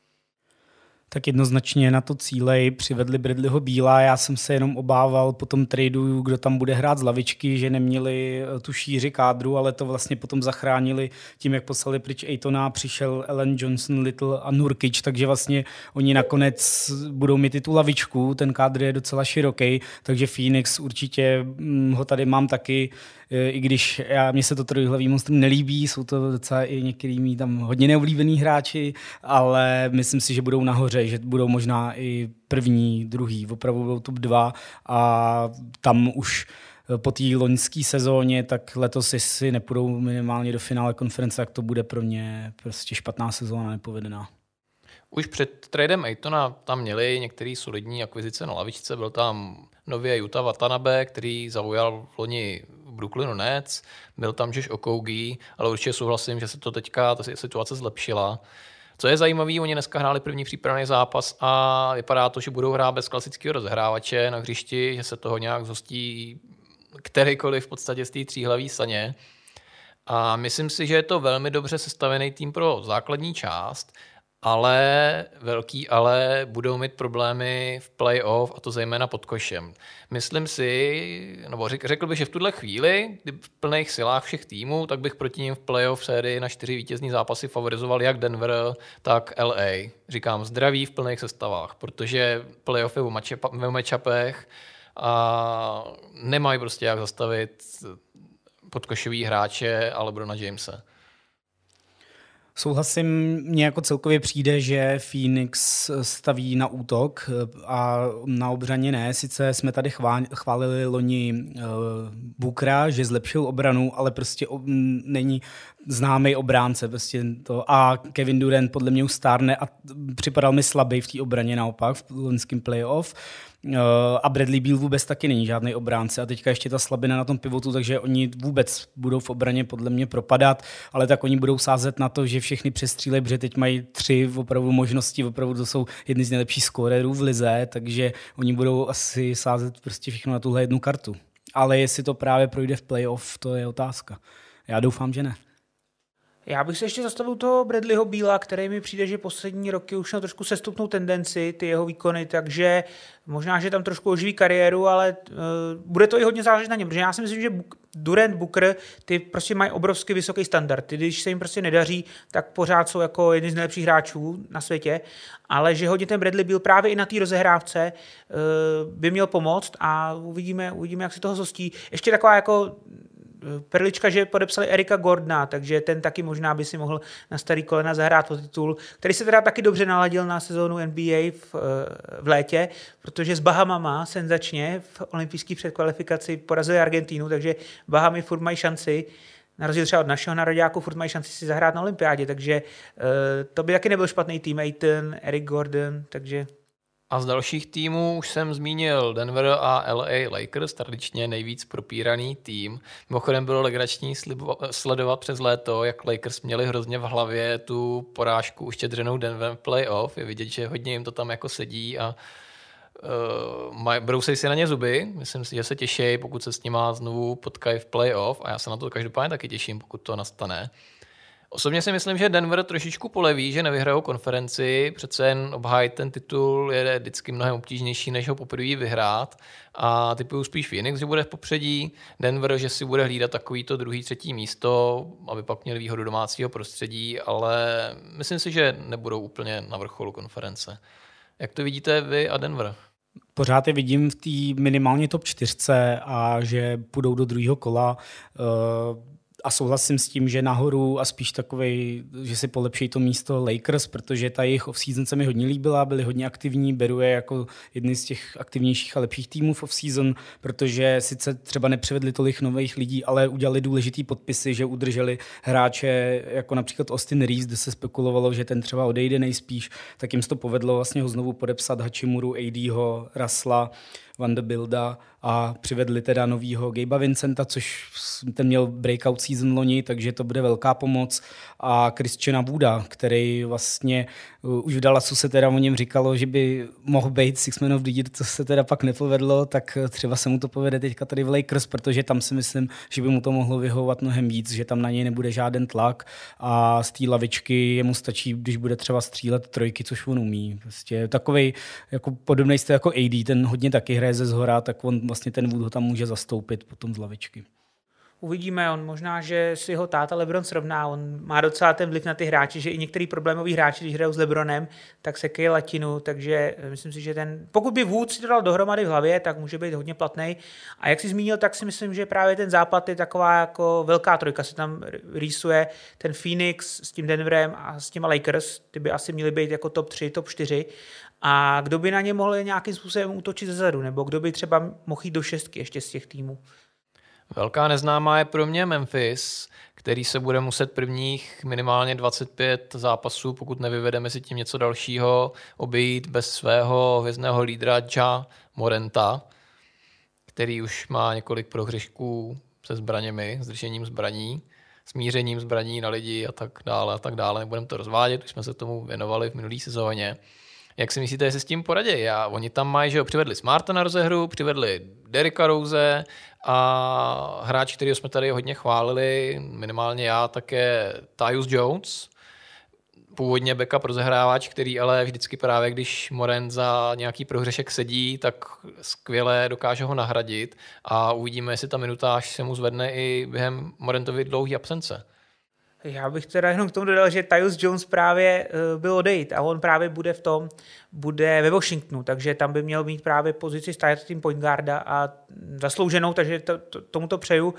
Tak jednoznačně na to cílej přivedli Bradleyho Beala. Já jsem se jenom obával po tom tradu, kdo tam bude hrát z lavičky, že neměli tu šíři kádru, ale to vlastně potom zachránili tím, jak poslali pryč Aytona, přišel Allen Johnson, Little a Nurkic, takže vlastně oni nakonec budou mít i tu lavičku, ten kádr je docela široký, takže Phoenix určitě ho tady mám taky, i když mně se to trojhlavý monstrum nelíbí, jsou to docela i některými tam hodně neoblíbený hráči, ale myslím si, že budou nahoře, že budou možná i první, druhý, opravdu budou top 2 a tam už po té loňské sezóně, tak letos jestli nepůjdou minimálně do finále konference, tak to bude pro ně prostě špatná sezóna, nepovedená. Už před tradem Aytona tam měli některé solidní akvizice na lavičce, byl tam nově Yuta Watanabe, který zaujal v loni v Brooklynu Nets, byl tam Josh Okogie, ale určitě souhlasím, že se to teďka ta situace zlepšila. Co je zajímavé, oni dneska hráli první přípravný zápas a vypadá to, že budou hrát bez klasického rozehrávače na hřišti, že se toho nějak zhostí kterýkoliv v podstatě z té tříhlavý saně. A myslím si, že je to velmi dobře sestavený tým pro základní část, ale budou mít problémy v playoff a to zejména pod košem. Myslím si, nebo řekl bych, že v tuhle chvíli, kdy v plných silách všech týmů, tak bych proti ním v playoff sérii na 4 vítězný zápasy favorizoval jak Denver, tak LA. Říkám zdraví v plných sestavách, protože playoff je v matchupech a nemají prostě jak zastavit podkošový hráče a LeBrona Jamese. Souhlasím, mně jako celkově přijde, že Phoenix staví na útok a na obraně ne. Sice jsme tady chválili loni Bookera, že zlepšil obranu, ale prostě není známý obránce. Prostě to. A Kevin Durant podle mě už stárne a připadal mi slabý v té obraně naopak v loňském playoff. A Bradley Beal vůbec taky není žádný obránce a teďka ještě ta slabina na tom pivotu, takže oni vůbec budou v obraně podle mě propadat, ale tak oni budou sázet na to, že všechny přestřílejí, protože teď mají 3 opravdu možnosti, opravdu to jsou jedni z nejlepších scorerů v lize, takže oni budou asi sázet prostě všechno na tuhle jednu kartu. Ale jestli to právě projde v playoff, to je otázka. Já doufám, že ne. Já bych se ještě zastavil toho Bradleyho Beala, který mi přijde, že poslední roky už měl trošku sestupnou tendenci, ty jeho výkony, takže možná, že tam trošku oživí kariéru, ale bude to i hodně záležet na něm, protože já si myslím, že Durant, Booker, ty prostě mají obrovský vysoký standard. Ty, když se jim prostě nedaří, tak pořád jsou jako jedni z nejlepších hráčů na světě, ale že hodně ten Bradley Beal právě i na té rozehrávce by měl pomoct a uvidíme, jak se toho zhostí. Ještě taková jako perlička, že podepsali Erika Gordona, takže ten taky možná by si mohl na starý kolena zahrát o titul, který se teda taky dobře naladil na sezónu NBA v létě, protože s Bahamama senzačně v olympijské předkvalifikaci porazili Argentínu, takže Bahamy furt mají šanci, na rozdíl třeba od našeho nároďáku, furt mají šanci si zahrát na olympiádě, takže to by taky nebyl špatný tým, Ayton, Eric Gordon, takže... A z dalších týmů už jsem zmínil Denver a LA Lakers, tradičně nejvíc propíraný tým. Mimochodem bylo legrační sledovat přes léto, jak Lakers měli hrozně v hlavě tu porážku uštědřenou Denver playoff. Je vidět, že hodně jim to tam jako sedí a brousej si na ně zuby. Myslím si, že se těší, pokud se s nima znovu potkají v playoff a já se na to každopádně taky těším, pokud to nastane. Osobně si myslím, že Denver trošičku poleví, že nevyhrajou konferenci, přece jen obhájit ten titul je vždycky mnohem obtížnější, než ho poprvé vyhrát a typuju spíš Phoenix, že bude v popředí, Denver, že si bude hlídat takovýto druhý, třetí místo, aby pak měl výhodu domácího prostředí, ale myslím si, že nebudou úplně na vrcholu konference. Jak to vidíte vy a Denver? Pořád je vidím v té minimálně top 4 a že půjdou do druhého kola. A souhlasím s tím, že nahoru a spíš takovej, že si polepší to místo Lakers, protože ta jejich off-season se mi hodně líbila, byli hodně aktivní, beru je jako jedny z těch aktivnějších a lepších týmů v off-season, protože sice třeba nepřivedli tolik nových lidí, ale udělali důležitý podpisy, že udrželi hráče jako například Austin Reeves, kde se spekulovalo, že ten třeba odejde nejspíš, tak jim se to povedlo vlastně ho znovu podepsat, Hachimuru, ADho, Russella, Vanderbilda a přivedli teda novýho Gabe'a Vincenta, což ten měl breakout season loni, takže to bude velká pomoc. A Christiana Wooda, který vlastně už v Dallasu se teda o něm říkalo, že by mohl být Six Man of the Year, co se teda pak nepovedlo, tak třeba se mu to povede teďka tady v Lakers, protože tam si myslím, že by mu to mohlo vyhovovat mnohem víc, že tam na něj nebude žádný tlak a z té lavičky jemu stačí, když bude třeba střílet trojky, což on umí. Prostě takovej jako podobnej jste jako AD, ten hodně taky hraje ze zhora, tak on vlastně ten Wood ho tam může zastoupit potom z lavičky. Uvidíme, on možná, že si ho táta LeBron srovná, on má docela ten vliv na ty hráči, že i některý problémoví hráči, když hrajou s LeBronem, tak sekají latinu, takže myslím si, že pokud by Wood si to dal dohromady v hlavě, tak může být hodně platnej. A jak jsi zmínil, tak si myslím, že právě ten západ je taková jako velká trojka, se tam rýsuje ten Phoenix s tím Denverem a s těma Lakers, ty by asi měly být jako top 3, top 4. A kdo by na ně mohl nějakým způsobem útočit zezadu, nebo kdo by třeba mohl jít do 6 ještě z těch týmů? Velká neznámá je pro mě Memphis, který se bude muset prvních minimálně 25 zápasů, pokud nevyvede mezi tím něco dalšího, obejít bez svého hvězdného lídra Ja Moranta, který už má několik prohřešků se zbraněmi, s držením zbraní, smířením zbraní na lidi a tak dále. Nebudeme to rozvádět, už jsme se tomu věnovali v minulý sezóně. Jak si myslíte, jestli s tím poradí? Oni tam mají, že přivedli Smarta na rozehru, přivedli Derricka Rose a hráč, kterýho jsme tady hodně chválili, minimálně já, také Tyus Jones, původně backup rozehrávač, který ale vždycky právě, když Morant za nějaký prohřešek sedí, tak skvěle dokáže ho nahradit a uvidíme, jestli ta minutáž se mu zvedne i během Morantovy dlouhé absence. Já bych teda jenom k tomu dodal, že Tyus Jones právě byl odejít a on právě bude ve Washingtonu, takže tam by měl mít právě pozici starting point guarda a zaslouženou, takže tomu to přeju.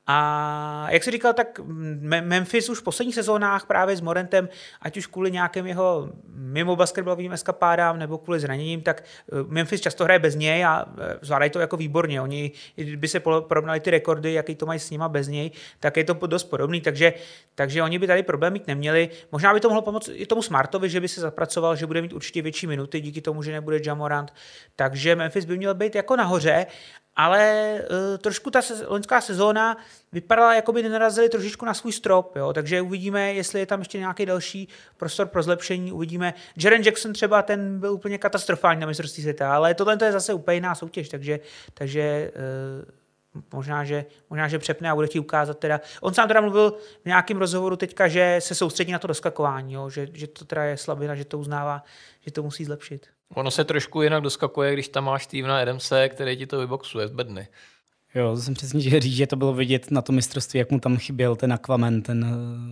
A jak jsi říkal, tak Memphis už v posledních sezónách právě s Morantem, ať už kvůli nějakým jeho mimo basketbalovým eskapádám nebo kvůli zraněním, tak Memphis často hraje bez něj a zvládají to jako výborně. Oni, kdyby se porovnali ty rekordy, jaký to mají s nima bez něj, tak je to dost podobný, takže oni by tady problém mít neměli. Možná by to mohlo pomoct i tomu Smartovi, že by se zapracoval, že bude mít určitě větší minuty díky tomu, že nebude Ja Morant. Takže Memphis by měl být jako nahoře, ale trošku ta loňská sezóna vypadala, jako by nenarazili trošičku na svůj strop, jo? Takže uvidíme, jestli je tam ještě nějaký další prostor pro zlepšení, uvidíme. Jaren Jackson třeba, ten byl úplně katastrofální na mistrovství světa, ale tohle je zase úplně jiná soutěž, takže možná, že přepne a bude ti ukázat teda. On sám teda mluvil v nějakém rozhovoru teďka, že se soustředí na to doskakování, jo? Že to teda je slabina, že to uznává, že to musí zlepšit. Ono se trošku jinak doskakuje, když tam máš Stevena Adamse, který ti to vyboxuje z bedny. Jo, to jsem přesně říct, že to bylo vidět na tom mistrovství, jak mu tam chyběl ten Aquaman, ten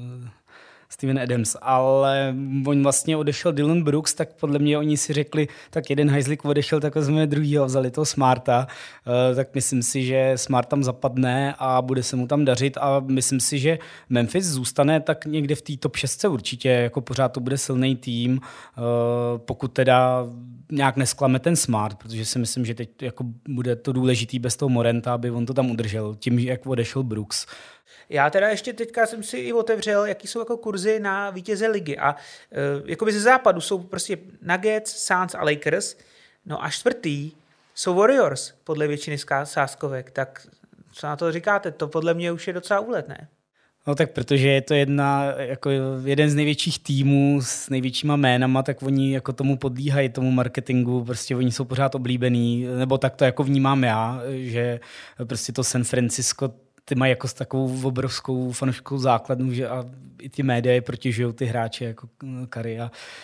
Steven Adams, ale on vlastně odešel Dillon Brooks, tak podle mě oni si řekli, tak jeden hajzlik odešel, tak vezmeme druhýho, vzali toho Smarta, tak myslím si, že Smart tam zapadne a bude se mu tam dařit a myslím si, že Memphis zůstane tak někde v té top 6 určitě, jako pořád to bude silný tým, pokud teda nějak nesklame ten Smart, protože si myslím, že teď jako bude to důležitý bez toho Moranta, aby on to tam udržel, tím, jak odešel Brooks. Já teda ještě teďka jsem si i otevřel, jaký jsou jako kurzy na vítěze ligy a jakoby ze západu jsou prostě Nuggets, Suns a Lakers, no a čtvrtý jsou Warriors podle většiny sázkovek, tak co na to říkáte? To podle mě už je docela úlet, ne? No tak protože je to jako jeden z největších týmů s největšíma jménama, tak oni jako tomu podlíhají, tomu marketingu, prostě oni jsou pořád oblíbený, nebo tak to jako vnímám já, že prostě to San Francisco ty mají jako takovou obrovskou fanouškovou základnu, že a i ty média je protěžují ty hráče jako Curry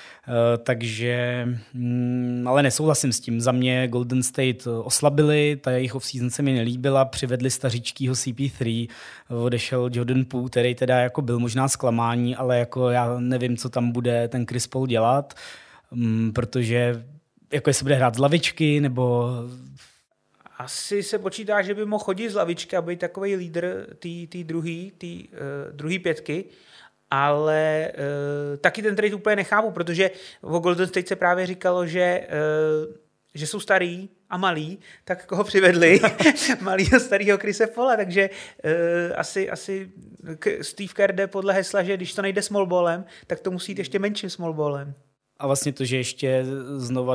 takže, ale nesouhlasím s tím. Za mě Golden State oslabili, ta jejich off-season se mi nelíbila, přivedli staříčkýho CP3, odešel Jordan Poole, který teda jako byl možná zklamání, ale jako já nevím, co tam bude ten Chris Paul dělat, protože jako jestli bude hrát z lavičky, nebo... Asi se počítá, že by mohl chodit z lavičky a být takový lídr té druhé pětky, ale taky ten trade úplně nechápu, protože o Golden State se právě říkalo, že jsou starý a malý, tak koho přivedli? Malýho starýho Chrisse Paula, takže asi Steve Kerr jde podle hesla, že když to nejde small ballem, tak to musí jít ještě menším small ballem. A vlastně to, že ještě znova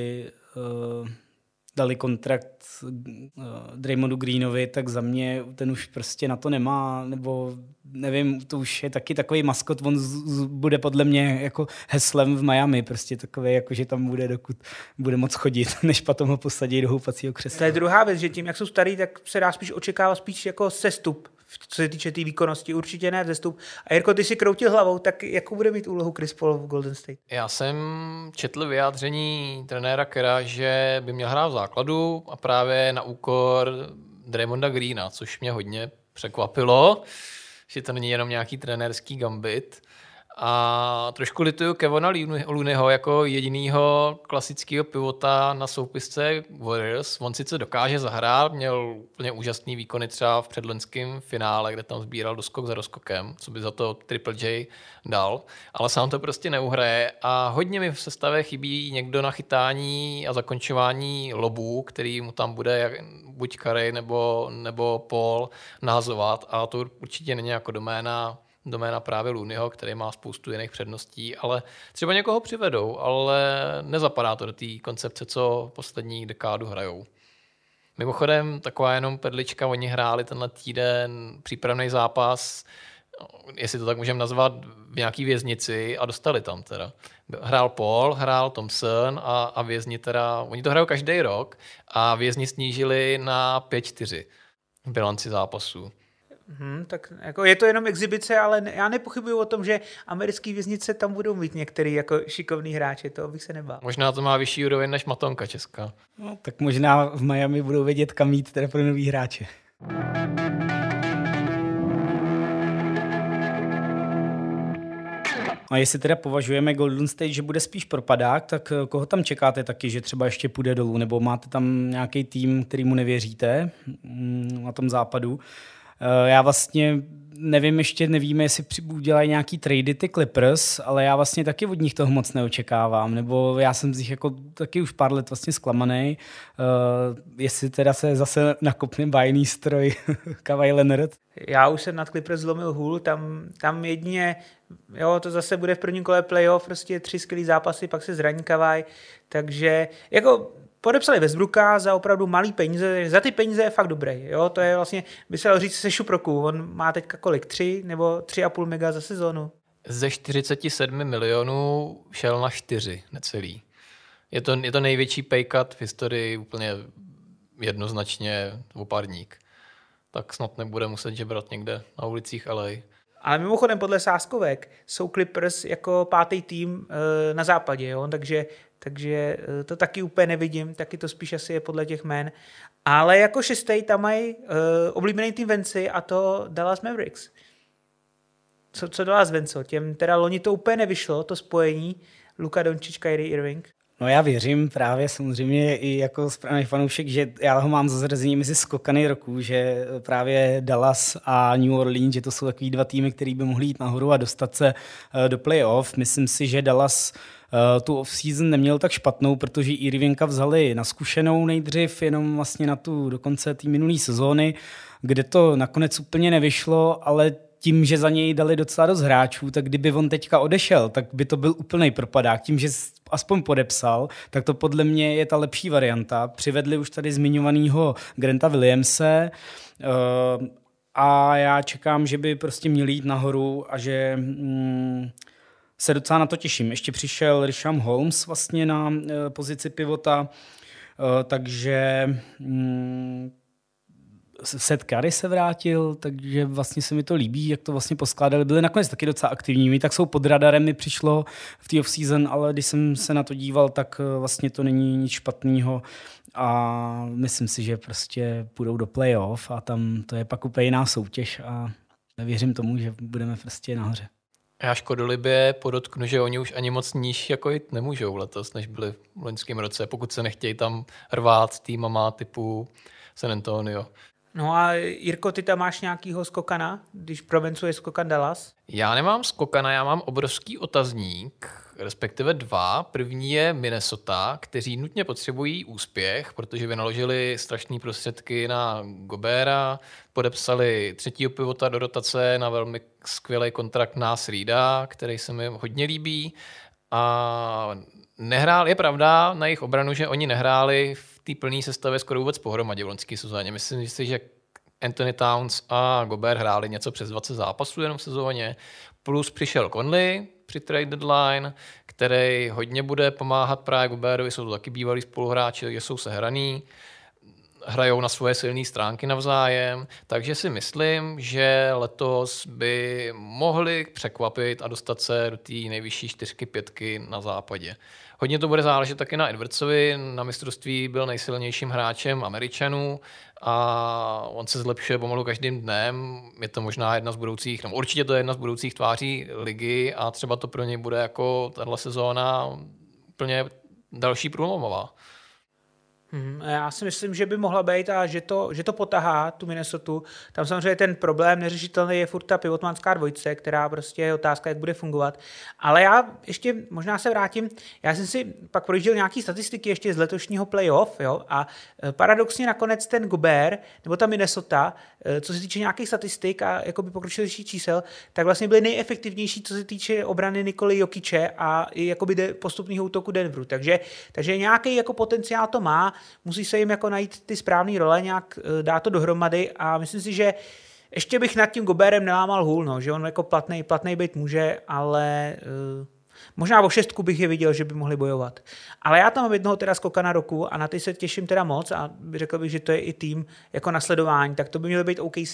dali kontrakt Draymondu Greenovi, tak za mě ten už prostě na to nemá, nebo nevím, to už je taky takový maskot, on bude podle mě jako heslem v Miami, prostě takový, jako že tam bude, dokud bude moc chodit, než potom ho posadí do houpacího křesla. To je druhá věc, že tím, jak jsou starý, tak se dá spíš očekávat spíš jako sestup, co se týče té výkonnosti, určitě ne vzestup. A Jirko, ty si kroutil hlavou, tak jakou bude mít úlohu Chris Paul v Golden State? Já jsem četl vyjádření trenéra Kerra, že by měl hrát v základu a právě na úkor Draymonda Greena, což mě hodně překvapilo, že to není jenom nějaký trenérský gambit. A trošku lituju Kevona Looneyho jako jedinýho klasického pivota na soupisce Warriors. On sice dokáže zahrát, měl úplně úžasný výkony třeba v předloňském finále, kde tam sbíral doskok za doskokem, co by za to Triple J dal, ale sám to prostě neuhraje a hodně mi v sestavě chybí někdo na chytání a zakončování lobů, který mu tam bude buď Curry nebo Paul nahazovat a to určitě není jako doména právě Looneyho, který má spoustu jiných předností, ale třeba někoho přivedou, ale nezapadá to do té koncepce, co poslední dekádu hrajou. Mimochodem, taková jenom perlička, oni hráli tenhle týden přípravný zápas, jestli to tak můžeme nazvat, v nějaký věznici a dostali tam teda. Hrál Paul, hrál Thompson a vězni teda, oni to hrajou každý rok a vězni snížili na 5-4 v bilanci zápasů. Tak jako je to jenom exibice, ale já nepochybuju o tom, že americký věznice tam budou mít některý jako šikovný hráči, to bych se nebál. Možná to má vyšší úroveň než Matonka česká. No, tak možná v Miami budou vědět, kam jít teda pro nový hráče. A jestli teda považujeme Golden State, že bude spíš propadák, tak koho tam čekáte taky, že třeba ještě půjde dolů, nebo máte tam nějaký tým, kterýmu nevěříte na tom západu? Já vlastně nevíme, jestli udělají nějaký trady ty Clippers, ale já vlastně taky od nich toho moc neočekávám, nebo já jsem z nich jako taky už pár let vlastně zklamaný, jestli teda se zase nakopne bajný stroj Kawhi Leonard. Já už jsem nad Clippers zlomil hůl, tam jedině, jo, to zase bude v prvním kole playoff, prostě 3 skvělý zápasy, pak se zraní Kawhi, takže jako podepsali Westbrooka za opravdu malý peníze, za ty peníze je fakt dobrý, jo, to je vlastně, by se dalo říct se šuproku, on má teďka kolik, 3 nebo 3,5 mega za sezónu? Ze 47 milionů šel na 4 necelý. Je to největší pay cut v historii, úplně jednoznačně opárník. Tak snad nebude muset žebrat někde na ulicích LA. Ale mimochodem podle sázkovek jsou Clippers jako 5. tým na západě, jo? Takže to taky úplně nevidím, taky to spíš asi je podle těch jmen. Ale jako 6. tam mají oblíbený tým Venci a to Dallas Mavericks. Co Dallas Venco? Těm teda loni to úplně nevyšlo, to spojení Luka Doncic, Kyrie Irving. No já věřím právě samozřejmě i jako správný fanoušek, že já ho mám zařazení mezi skokany roku, že právě Dallas a New Orleans, že to jsou takový 2 týmy, který by mohli jít nahoru a dostat se do playoff. Myslím si, že Dallas tu off-season neměl tak špatnou, protože Irvinga vzali na zkušenou nejdřív, jenom vlastně na tu dokonce té minulé sezóny, kde to nakonec úplně nevyšlo, ale tím, že za něj dali docela dost hráčů, tak kdyby on teďka odešel, tak by to byl úplnej propadák. Tím, že aspoň podepsal, tak to podle mě je ta lepší varianta. Přivedli už tady zmiňovaného Granta Williamse a já čekám, že by prostě měli jít nahoru a že se docela na to těším. Ještě přišel Richaun Holmes vlastně na pozici pivota, takže Seth Curry se vrátil, takže vlastně se mi to líbí, jak to vlastně poskládali. Byli nakonec taky docela aktivní, tak jsou pod radarem, mi přišlo v té off-season, ale když jsem se na to díval, tak vlastně to není nic špatného a myslím si, že prostě půjdou do playoff a tam to je pak úplně jiná soutěž a věřím tomu, že budeme prostě nahoře. Já škodolibě podotknu, že oni už ani moc níž jako jít nemůžou letos, než byli v loňském roce, pokud se nechtějí tam rvát s týmama typu San Antonio. No a Jirko, ty tam máš nějakýho skokana, když provencuje skokan Dallas? Já nemám skokana, já mám obrovský otazník, respektive dva. První je Minnesota, kteří nutně potřebují úspěch, protože vynaložili strašné prostředky na Gobera, podepsali třetího pivota do rotace na velmi skvělý kontrakt Nas Reeda, který se mi hodně líbí. A je pravda na jejich obranu, že oni nehráli v té plné sestavě skoro vůbec pohromadě v loňské sezóně. Myslím si, že Anthony Towns a Gobert hráli něco přes 20 zápasů jenom v sezóně. Plus přišel Conley při trade deadline, který hodně bude pomáhat právě Gobertovi. Jsou to taky bývalí spoluhráči, takže jsou sehraný. Hrajou na svoje silné stránky navzájem, takže si myslím, že letos by mohli překvapit a dostat se do té nejvyšší 4-5 na západě. Hodně to bude záležet taky na Edwardsovi, na mistrovství byl nejsilnějším hráčem Američanů a on se zlepšuje pomalu každým dnem, je to možná jedna z budoucích, no určitě to je jedna z budoucích tváří ligy a třeba to pro něj bude jako tahle sezóna úplně další průlomová. Já si myslím, že by mohla být a že to potahá tu Minnesotu. Tam samozřejmě ten problém neřešitelný je furt ta pivotmanská dvojice, která prostě je otázka, jak bude fungovat. Ale já ještě možná se vrátím, já jsem si pak projížděl nějaký statistiky ještě z letošního playoff, jo, a paradoxně nakonec ten Gobert, nebo ta Minnesota, co se týče nějakých statistik a jakoby pokročilejších čísel, tak vlastně byly nejefektivnější, co se týče obrany Nikoly Jokiče a i jakoby postupného útoku Denveru. Takže nějaký jako potenciál to má, musí se jim jako najít ty správné role, nějak dát to dohromady a myslím si, že ještě bych nad tím Goberem nelámal hůl, no, že on jako platnej být může, ale možná o 6 bych je viděl, že by mohli bojovat. Ale já tam mám jednoho teda skokana roku a na ty se těším teda moc a řekl bych, že to je i tým jako nasledování, tak to by mělo být OKC,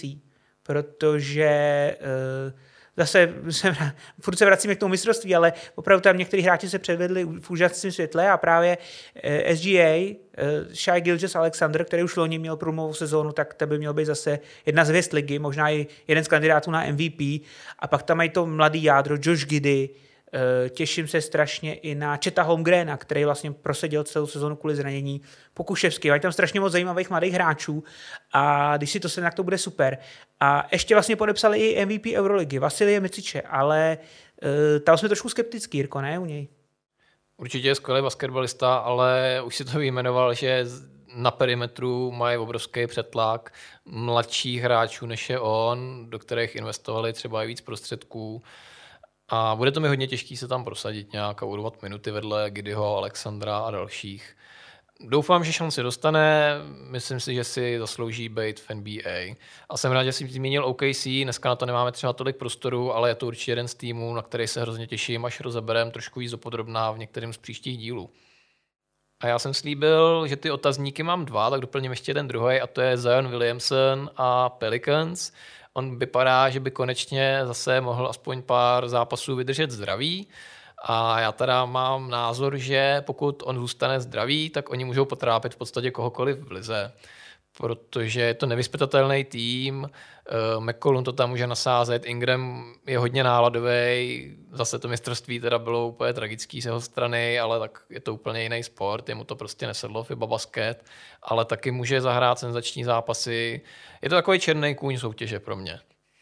protože zase furt se vracíme k tomu mistrovství, ale opravdu tam některý hráči se předvedli v úžasném světle a právě SGA, Shai Gilgeous-Alexander, který už loni měl průlomovou sezónu, tak to by měl být zase jedna z hvězd ligy, možná i jeden z kandidátů na MVP. A pak tam mají to mladý jádro, Josh Giddey, těším se strašně i na Cheta Holmgrena, který vlastně proseděl celou sezónu kvůli zranění. Pokuševský, mají tam strašně moc zajímavých mladých hráčů a když si to tak to bude super. A ještě vlastně podepsali i MVP Euroligy, Vasilije Miciče, ale tam jsme trošku skeptický, Jirko, ne u něj? Určitě je skvělý basketbalista, ale už si to vyjmenoval, že na perimetru mají obrovský přetlak mladších hráčů než je on, do kterých investovali třeba i víc prostředků. A bude to mi hodně těžký se tam prosadit nějak a urvat minuty vedle Giddeyho, Alexandra a dalších. Doufám, že šanci dostane, myslím si, že si zaslouží být v NBA. A jsem rád, že jsi zmínil OKC, dneska na to nemáme třeba tolik prostoru, ale je to určitě jeden z týmů, na který se hrozně těším, až rozeberem trošku víc dopodrobná v některém z příštích dílů. A já jsem slíbil, že ty otazníky mám 2, tak doplním ještě jeden druhý, a to je Zion Williamson a Pelicans. On vypadá, že by konečně zase mohl aspoň pár zápasů vydržet zdravý. A já teda mám názor, že pokud on zůstane zdravý, tak oni můžou potrápit v podstatě kohokoliv v lize. Protože je to nevyzpytatelný tým, McCollum to tam může nasázet, Ingram je hodně náladový, zase to mistrovství teda bylo úplně tragický z jeho strany, ale tak je to úplně jiný sport, jemu to prostě nesedlo FIBA basket, ale taky může zahrát senzační zápasy. Je to takový černý kůň soutěže pro mě.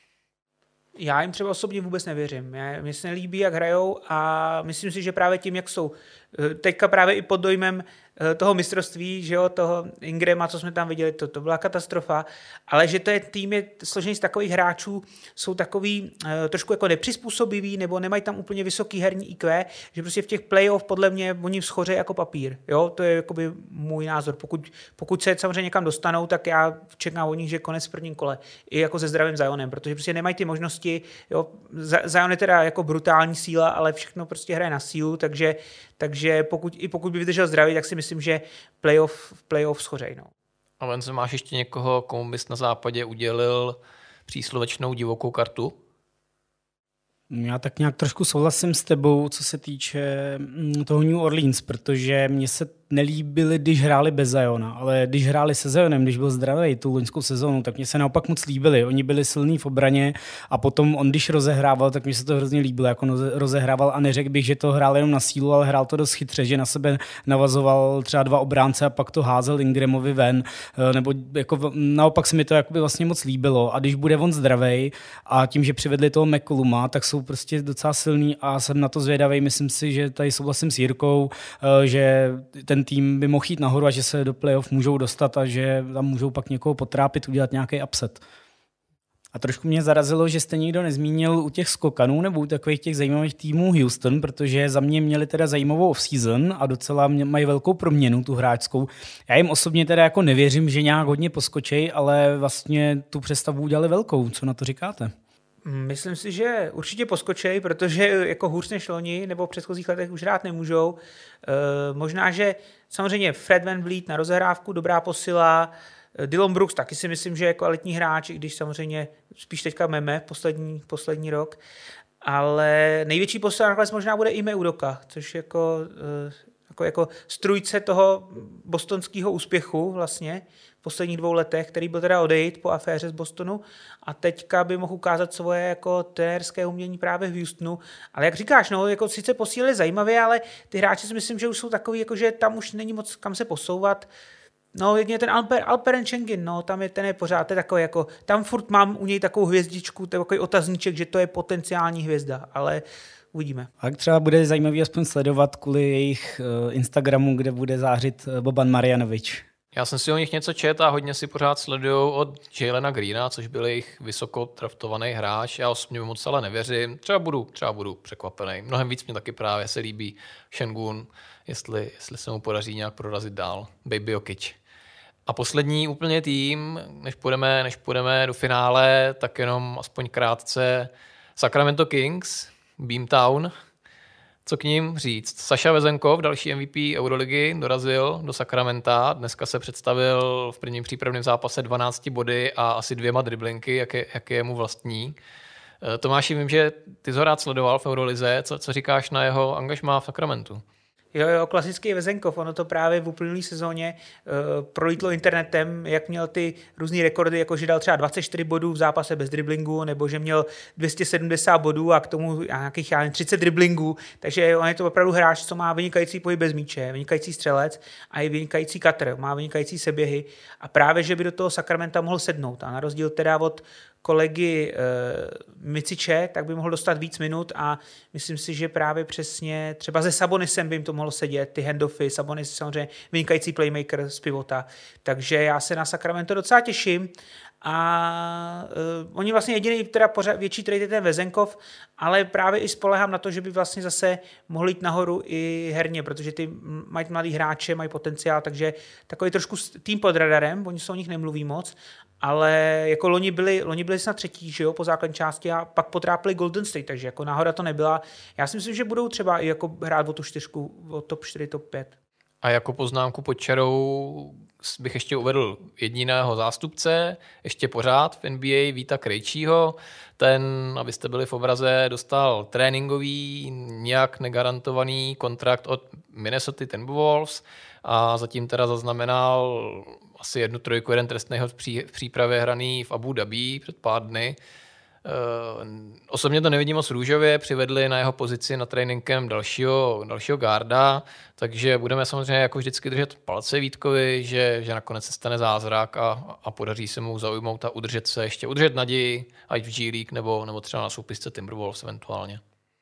Já jim třeba osobně vůbec nevěřím. Mně se nelíbí, jak hrajou a myslím si, že právě tím, jak jsou teďka právě i pod dojmem toho mistrovství, že jo, toho Ingrama, co jsme tam viděli, to byla katastrofa, ale že to je tým je složený z takových hráčů, jsou takový trošku jako nepřizpůsobiví, nebo nemají tam úplně vysoký herní IQ, že prostě v těch playoff podle mě oni schoří jako papír. Jo, to je jakoby můj názor. Pokud se samozřejmě někam dostanou, tak já čekám od nich, že konec v prvním kole. I jako se zdravým Zionem, protože prostě nemají ty možnosti. Jo, Zion je teda jako brutální síla, ale všechno prostě hraje na sílu, takže pokud by vydržel zdravý, tak si myslím, že playoff schořej. No. A Vence, máš ještě někoho, komu bys na západě udělil příslovečnou divokou kartu? Já tak nějak trošku souhlasím s tebou, co se týče toho New Orleans, protože mně se nelíbily, když hráli bez Ziona, ale když hráli se Zionem, když byl zdravý tu loňskou sezónu, tak mě se naopak moc líbili. Oni byli silní v obraně a potom on, když rozehrával, tak mi se to hrozně líbilo, jako rozehrával a neřekl bych, že to hrál jenom na sílu, ale hrál to dost chytře, že na sebe navazoval třeba 2 obránce a pak to házel Ingramovi ven, nebo jako naopak se mi to jakoby vlastně moc líbilo a když bude on zdravý a tím, že přivedli toho McColluma, tak jsou prostě docela silný a jsem na to zvědavý. Myslím si, že tady souhlasím s Jirkou, že ten tým by mohl jít nahoru a že se do playoff můžou dostat a že tam můžou pak někoho potrápit, udělat nějaký upset. A trošku mě zarazilo, že jste nikdo nezmínil u těch skokanů nebo u takových těch zajímavých týmů Houston, protože za mě měli teda zajímavou off-season a docela mají velkou proměnu tu hráčskou. Já jim osobně teda jako nevěřím, že nějak hodně poskočej, ale vlastně tu přestavu udělali velkou. Co na to říkáte? Myslím si, že určitě poskočej, protože jako hůř než loni nebo v předchozích letech už hrát nemůžou. Možná, že samozřejmě Fred VanVleet na rozehrávku, dobrá posila, Dillon Brooks taky si myslím, že je kvalitní hráč, i když samozřejmě spíš teďka meme poslední rok. Ale největší posila nakonec možná bude Ime Udoka, což jako strůjce toho bostonského úspěchu vlastně v posledních 2 letech, který byl teda odejít po aféře z Bostonu a teďka by mohl ukázat svoje jako trenérské umění právě v Houstonu. Ale jak říkáš, no, jako sice posílili zajímavě, ale ty hráči si myslím, že už jsou takový, jako že tam už není moc kam se posouvat. No, jedině ten Alperen Sengun, no, tam je ten je pořád, to je takový jako, tam furt mám u něj takovou hvězdičku, takový otazníček, že to je potenciální hvězda, ale uvidíme. A třeba bude zajímavý aspoň sledovat kvůli jejich Instagramu, kde bude zářit Boban Marjanovič. Já jsem si o nich něco čet a hodně si pořád sleduju od Jalena Greena, což byl jejich vysoko draftovaný hráč. Já osobně moc ale nevěřím. Třeba budu překvapený. Mnohem víc mě taky právě se líbí Sengun, jestli se mu podaří nějak prorazit dál. Baby Jokic. A poslední úplně tým, než půjdeme do finále, tak jenom aspoň krátce Sacramento Kings, Beamtown. Co k ním říct? Saša Vezenkov, další MVP Euroligy, dorazil do Sacramenta. Dneska se představil v prvním přípravném zápase 12 body a asi 2 driblinky, jak je mu vlastní. Tomáši, vím, že ty jsi ho rád sledoval v Eurolize. Co říkáš na jeho angažmá v Sacramentu? Jo, klasický Vezenkov, ono to právě v uplynulé sezóně prolítlo internetem, jak měl ty různý rekordy, jako že dal třeba 24 bodů v zápase bez driblingu, nebo že měl 270 bodů a k tomu nějakých 30 driblingů, takže on je to opravdu hráč, co má vynikající pohyb bez míče, vynikající střelec a i vynikající katr, má vynikající seběhy a právě, že by do toho Sacramenta mohl sednout a na rozdíl teda od kolegy Miciče, tak by mohl dostat víc minut a myslím si, že právě přesně třeba se Sabonisem by jim to mohlo sedět, ty handoffy, Sabonis samozřejmě vynikající playmaker z pivota, takže já se na Sacramento docela těším a oni vlastně jediný teda větší trade je ten Vezenkov, ale právě i spolehám na to, že by vlastně zase mohli jít nahoru i herně, protože ty mají mladý hráče, mají potenciál, takže takový trošku tým pod radarem, oni se o nich nemluví moc, ale jako loni byli snad 3. že jo, po základní části a pak potrápili Golden State, takže jako náhoda to nebyla. Já si myslím, že budou třeba i jako hrát o tu 4, o top 4, top 5. A jako poznámku pod čarou bych ještě uvedl jediného zástupce, ještě pořád v NBA Víta Krejčího. Ten, abyste byli v obraze, dostal tréninkový, nějak negarantovaný kontrakt od Minnesota Timberwolves a zatím teda zaznamenal asi 1 trojku, 1 trestného v přípravě hraný v Abu Dhabi před pár dny. Osobně to nevidím moc růžově, přivedli na jeho pozici na trénink camp dalšího garda, takže budeme samozřejmě jako vždycky držet palce Vítkovi, že nakonec se stane zázrak a podaří se mu zaujmout a udržet naději, ať v G League nebo třeba na soupisce Timberwolves eventuálně.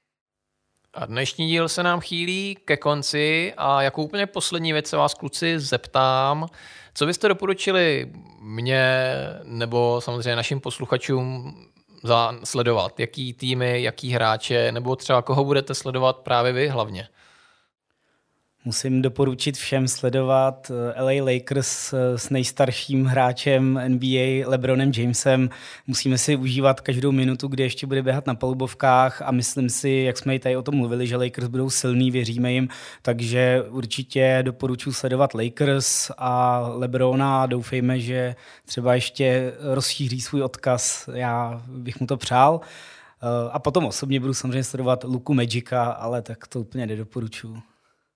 A dnešní díl se nám chýlí ke konci a jako úplně poslední věc se vás, kluci, zeptám, co byste doporučili mně nebo samozřejmě našim posluchačům sledovat? Jaký týmy, jaký hráče, nebo třeba koho budete sledovat právě vy hlavně? Musím doporučit všem sledovat LA Lakers s nejstarším hráčem NBA LeBronem Jamesem. Musíme si užívat každou minutu, kdy ještě bude běhat na palubovkách a myslím si, jak jsme i tady o tom mluvili, že Lakers budou silný, věříme jim, takže určitě doporučuji sledovat Lakers a LeBrona a doufejme, že třeba ještě rozšíří svůj odkaz. Já bych mu to přál. A potom osobně budu samozřejmě sledovat Luku Magica, ale tak to úplně nedoporučuji.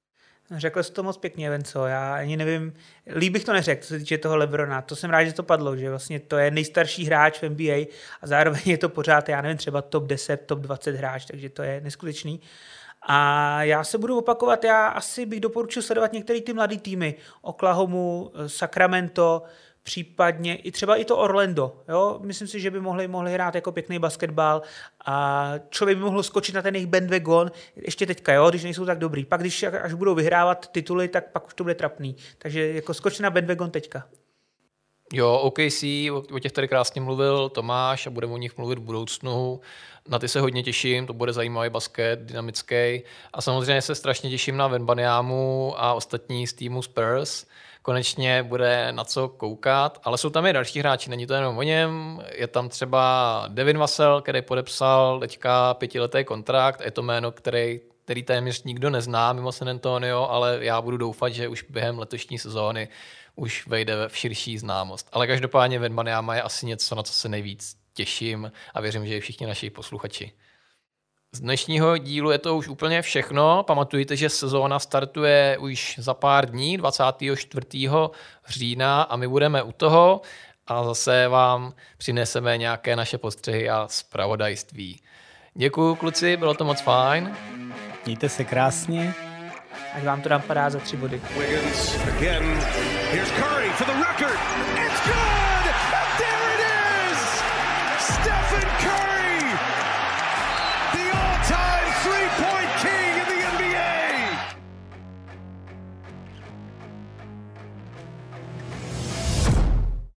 Řekl jsi to moc pěkně, Venco, já ani nevím, líp bych to neřekl, co se týče toho LeBrona, to jsem rád, že to padlo, že vlastně to je nejstarší hráč v NBA a zároveň je to pořád, já nevím, třeba top 10, top 20 hráč, takže to je neskutečný. A já se budu opakovat, já asi bych doporučil sledovat některé ty mladé týmy, Oklahomu, Sacramento, případně i třeba i to Orlando. Jo? Myslím si, že by mohli hrát jako pěkný basketbal a člověk by mohl skočit na ten jejich bandwagon ještě teďka, jo? Když nejsou tak dobrý. Pak, až budou vyhrávat tituly, tak pak už to bude trapný. Takže jako skočit na bandwagon teďka. Jo, OKC, o těch tady krásně mluvil Tomáš a budeme o nich mluvit v budoucnu. Na ty se hodně těším, to bude zajímavý basket, dynamický. A samozřejmě se strašně těším na Wembanyamu a ostatní z týmu Spurs. Konečně bude na co koukat, ale jsou tam i další hráči, není to jenom o něm. Je tam třeba Devin Vassell, který podepsal teďka 5letý kontrakt. Je to jméno, který téměř nikdo nezná mimo San Antonio, ale já budu doufat, že už během letošní sezóny už vejde v širší známost. Ale každopádně Wembanyama je asi něco, na co se nejvíc těším a věřím, že i všichni naši posluchači. Z dnešního dílu je to už úplně všechno. Pamatujte, že sezóna startuje už za pár dní, 24. října a my budeme u toho a zase vám přineseme nějaké naše postřehy a zpravodajství. Děkuju, kluci, bylo to moc fajn. Mějte se krásně. Ať vám to dám padá za 3 body. Wiggins again. Here's Curry for the record. It's good!